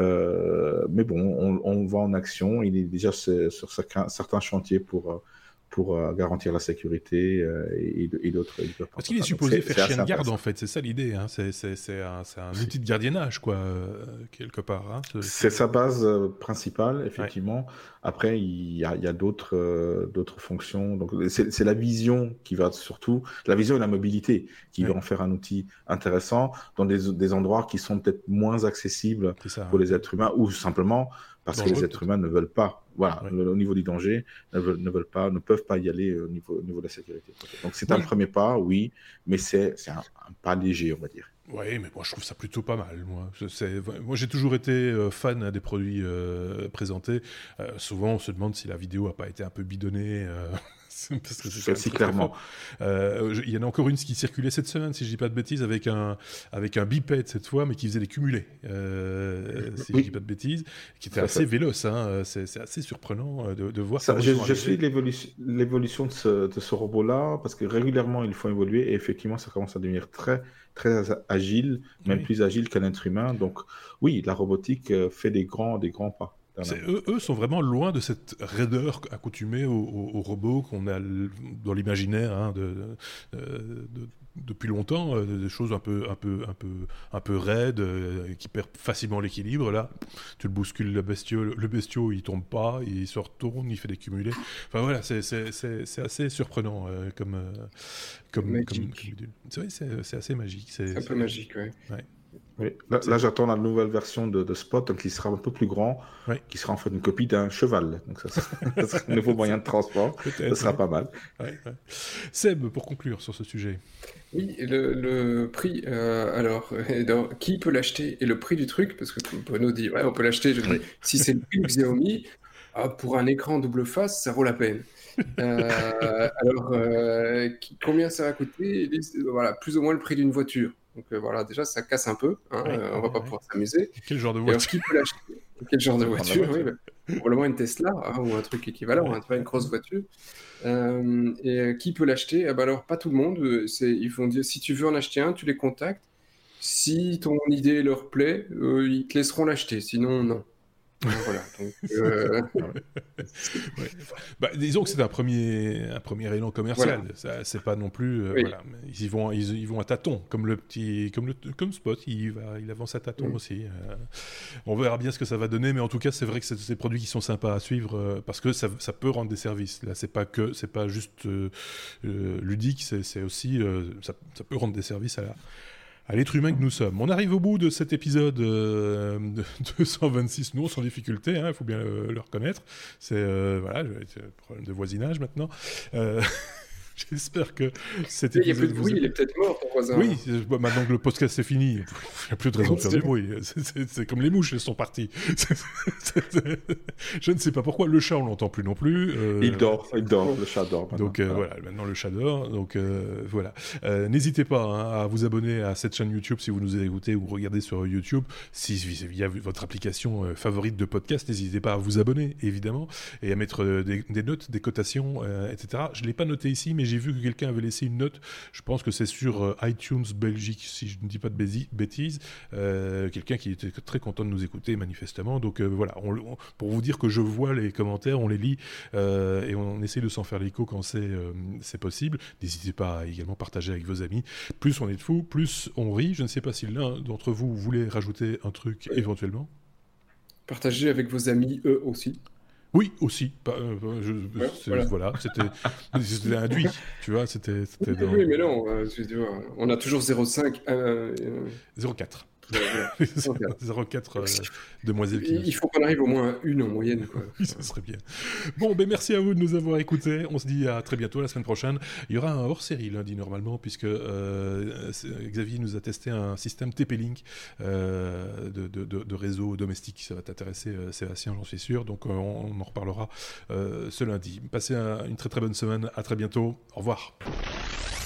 Euh, mais bon, on, on va en action. Il est déjà sur, sur certains, certains chantiers pour, pour euh, garantir la sécurité euh, et, et d'autres. Et d'autres Parce qu'il est Donc, supposé c'est- faire c'est chien de assez garde, en intéressant. fait. C'est ça l'idée. Hein. C'est, c'est, c'est un, c'est un Si. outil de gardiennage, quoi, euh, quelque part. Hein. Ce- C'est sa base euh, principale, effectivement. Après, il y a, il y a d'autres, euh, d'autres fonctions. Donc, c'est, c'est la vision qui va surtout, la vision et la mobilité qui Ouais. vont en faire un outil intéressant dans des, des endroits qui sont peut-être moins accessibles C'est ça. pour hein. les êtres humains ou simplement parce Dangereux, que les êtres peut-être. humains ne veulent pas. Voilà, Ouais. le- au niveau du danger, ne veulent, ne veulent pas, ne peuvent pas y aller au niveau, au niveau de la sécurité. Donc, c'est un Oui. premier pas, oui, mais c'est, c'est un, un pas léger, on va dire. Oui, mais moi je trouve ça plutôt pas mal. Moi, C'est- c'est- moi j'ai toujours été euh, fan hein, des produits euh, présentés. Euh, souvent on se demande si la vidéo a pas été un peu bidonnée. euh, c'est- parce que c'est quand même Celle-ci, très, très clairement. fort. Euh, je- Il y en a encore une qui circulait cette semaine, si je dis pas de bêtises, avec un, avec un bipède cette fois, mais qui faisait des cumulés, euh, si Oui. je dis pas de bêtises, qui était Tout à assez fait. véloce. Hein, c'est, c'est assez surprenant euh, de, de voir Ça, comment je, ils sont je arrivés. suis l'évolution, l'évolution de ce, de ce robot-là parce que régulièrement ils font évoluer et effectivement ça commence à devenir très très agile, même Oui. plus agile qu'un être humain. Donc oui, la robotique euh, fait des grands des grands pas. C'est, eux, eux sont vraiment loin de cette raideur accoutumée aux, aux, aux robots qu'on a l- dans l'imaginaire hein, de, de, de, depuis longtemps, euh, des choses un peu, un peu, un peu, un peu raides, euh, qui perdent facilement l'équilibre. Là, tu le bouscules, le bestiau, le bestiau, il tombe pas, il se retourne, il fait des cumulés. Enfin voilà, c'est, c'est, c'est, c'est assez surprenant euh, comme, euh, comme, comme, comme Magique. module. C'est vrai, c'est, c'est assez magique. C'est, C'est un c'est- peu magique, ouais. Ouais. Oui. Là, là, j'attends la nouvelle version de, de Spot donc, qui sera un peu plus grand, Ouais. qui sera en fait une copie d'un cheval. Donc ça sera, ça sera un nouveau moyen de transport. Peut-être. Ça sera ouais. pas mal. Ouais, ouais. Seb, pour conclure sur ce sujet. Oui, le, le prix, euh, alors, euh, dans- qui peut l'acheter et le prix du truc, parce que Bruno dit, ouais, on peut l'acheter, je dis, Oui. si c'est le prix de Xiaomi, ah, pour un écran double face, ça vaut la peine. Euh, alors, euh, qui- combien ça va coûter? Ils disent, euh, voilà, plus ou moins le prix d'une voiture. Donc euh, voilà, déjà, ça casse un peu, hein, Ouais, euh, on va ouais, pas ouais. pouvoir s'amuser. Quel genre de Et alors, voiture? qui peut l'acheter? Quel genre de Prendre la voiture? Oui, voiture. bah, probablement une Tesla, hein, ou un truc équivalent, Ouais. hein, tu vois, une grosse voiture. Euh, et euh, qui peut l'acheter? Ah bah alors, pas tout le monde. euh, C'est, ils vont dire, si tu veux en acheter un, tu les contactes. Si ton idée leur plaît, euh, ils te laisseront l'acheter. Sinon, non. Donc, voilà. Donc, euh, Ouais. Bah, disons que c'est un premier, un premier élan commercial. Voilà. Ça, c'est pas non plus, euh, Oui. voilà. mais Ils y vont, ils, ils vont à tâtons, comme le petit, comme le, comme Spot, il va, il avance à tâtons Mm. aussi. euh. on verra bien ce que ça va donner, mais en tout cas, c'est vrai que c'est des produits qui sont sympas à suivre euh, parce que ça, ça peut rendre des services. Là, c'est pas que, c'est pas juste euh, euh, ludique, c'est, c'est aussi, euh, ça, ça peut rendre des services à la, À l'être humain que nous sommes. On arrive au bout de cet épisode euh, de deux cent vingt-six, non sans difficulté, il hein, faut bien le, le reconnaître. C'est euh, voilà, un problème de voisinage maintenant. Euh, J'espère que cet épisode. Il n'y a plus de vous... bruit, il est peut-être mort, ton voisin. Oui, maintenant que le podcast est fini, il n'y a plus de raison de faire du bruit. C'est, c'est, c'est comme les mouches, elles sont parties. C'est, c'est, c'est... Je ne sais pas pourquoi. Le chat, on l'entend plus non plus. Euh... Il dort, il dort, le chat dort. Donc euh, voilà, maintenant le chat dort. Donc euh, voilà. Euh, n'hésitez pas hein, à vous abonner à cette chaîne YouTube si vous nous écoutez ou regardez sur YouTube. Si via votre application euh, favorite de podcast, n'hésitez pas à vous abonner, évidemment, et à mettre euh, des, des notes, des cotations, euh, et cetera. Je ne l'ai pas noté ici, mais j'ai vu que quelqu'un avait laissé une note. Je pense que c'est sur euh, iTunes Belgique, si je ne dis pas de bêtises. Euh, quelqu'un qui était très content de nous écouter, manifestement. Donc euh, voilà, on, on, pour vous dire que je vois les commentaires, on les lit euh, et on essaie de s'en faire l'écho quand c'est, euh, c'est possible. N'hésitez pas à également partager avec vos amis. Plus on est de fous, plus on rit. Je ne sais pas si l'un d'entre vous voulait rajouter un truc oui. éventuellement. Partagez avec vos amis, eux aussi. Oui, aussi. Euh, je, ouais, voilà. voilà, c'était, c'était induit, tu vois, c'était... c'était oui, dans... oui, mais non, euh, on a toujours zéro virgule cinq... Euh, euh... zéro virgule quatre. zéro virgule quatre euh, demoiselles qui... Il faut qu'on arrive au moins à une en moyenne. Quoi. Oui, ça serait bien. Bon, ben merci à vous de nous avoir écoutés. On se dit à très bientôt, la semaine prochaine. Il y aura un hors-série lundi, normalement, puisque euh, Xavier nous a testé un système T P-Link euh, de, de, de, de réseau domestique. Ça va t'intéresser, euh, Sébastien, j'en suis sûr. Donc, euh, on, on en reparlera euh, ce lundi. Passez un, une très très bonne semaine. À très bientôt. Au revoir.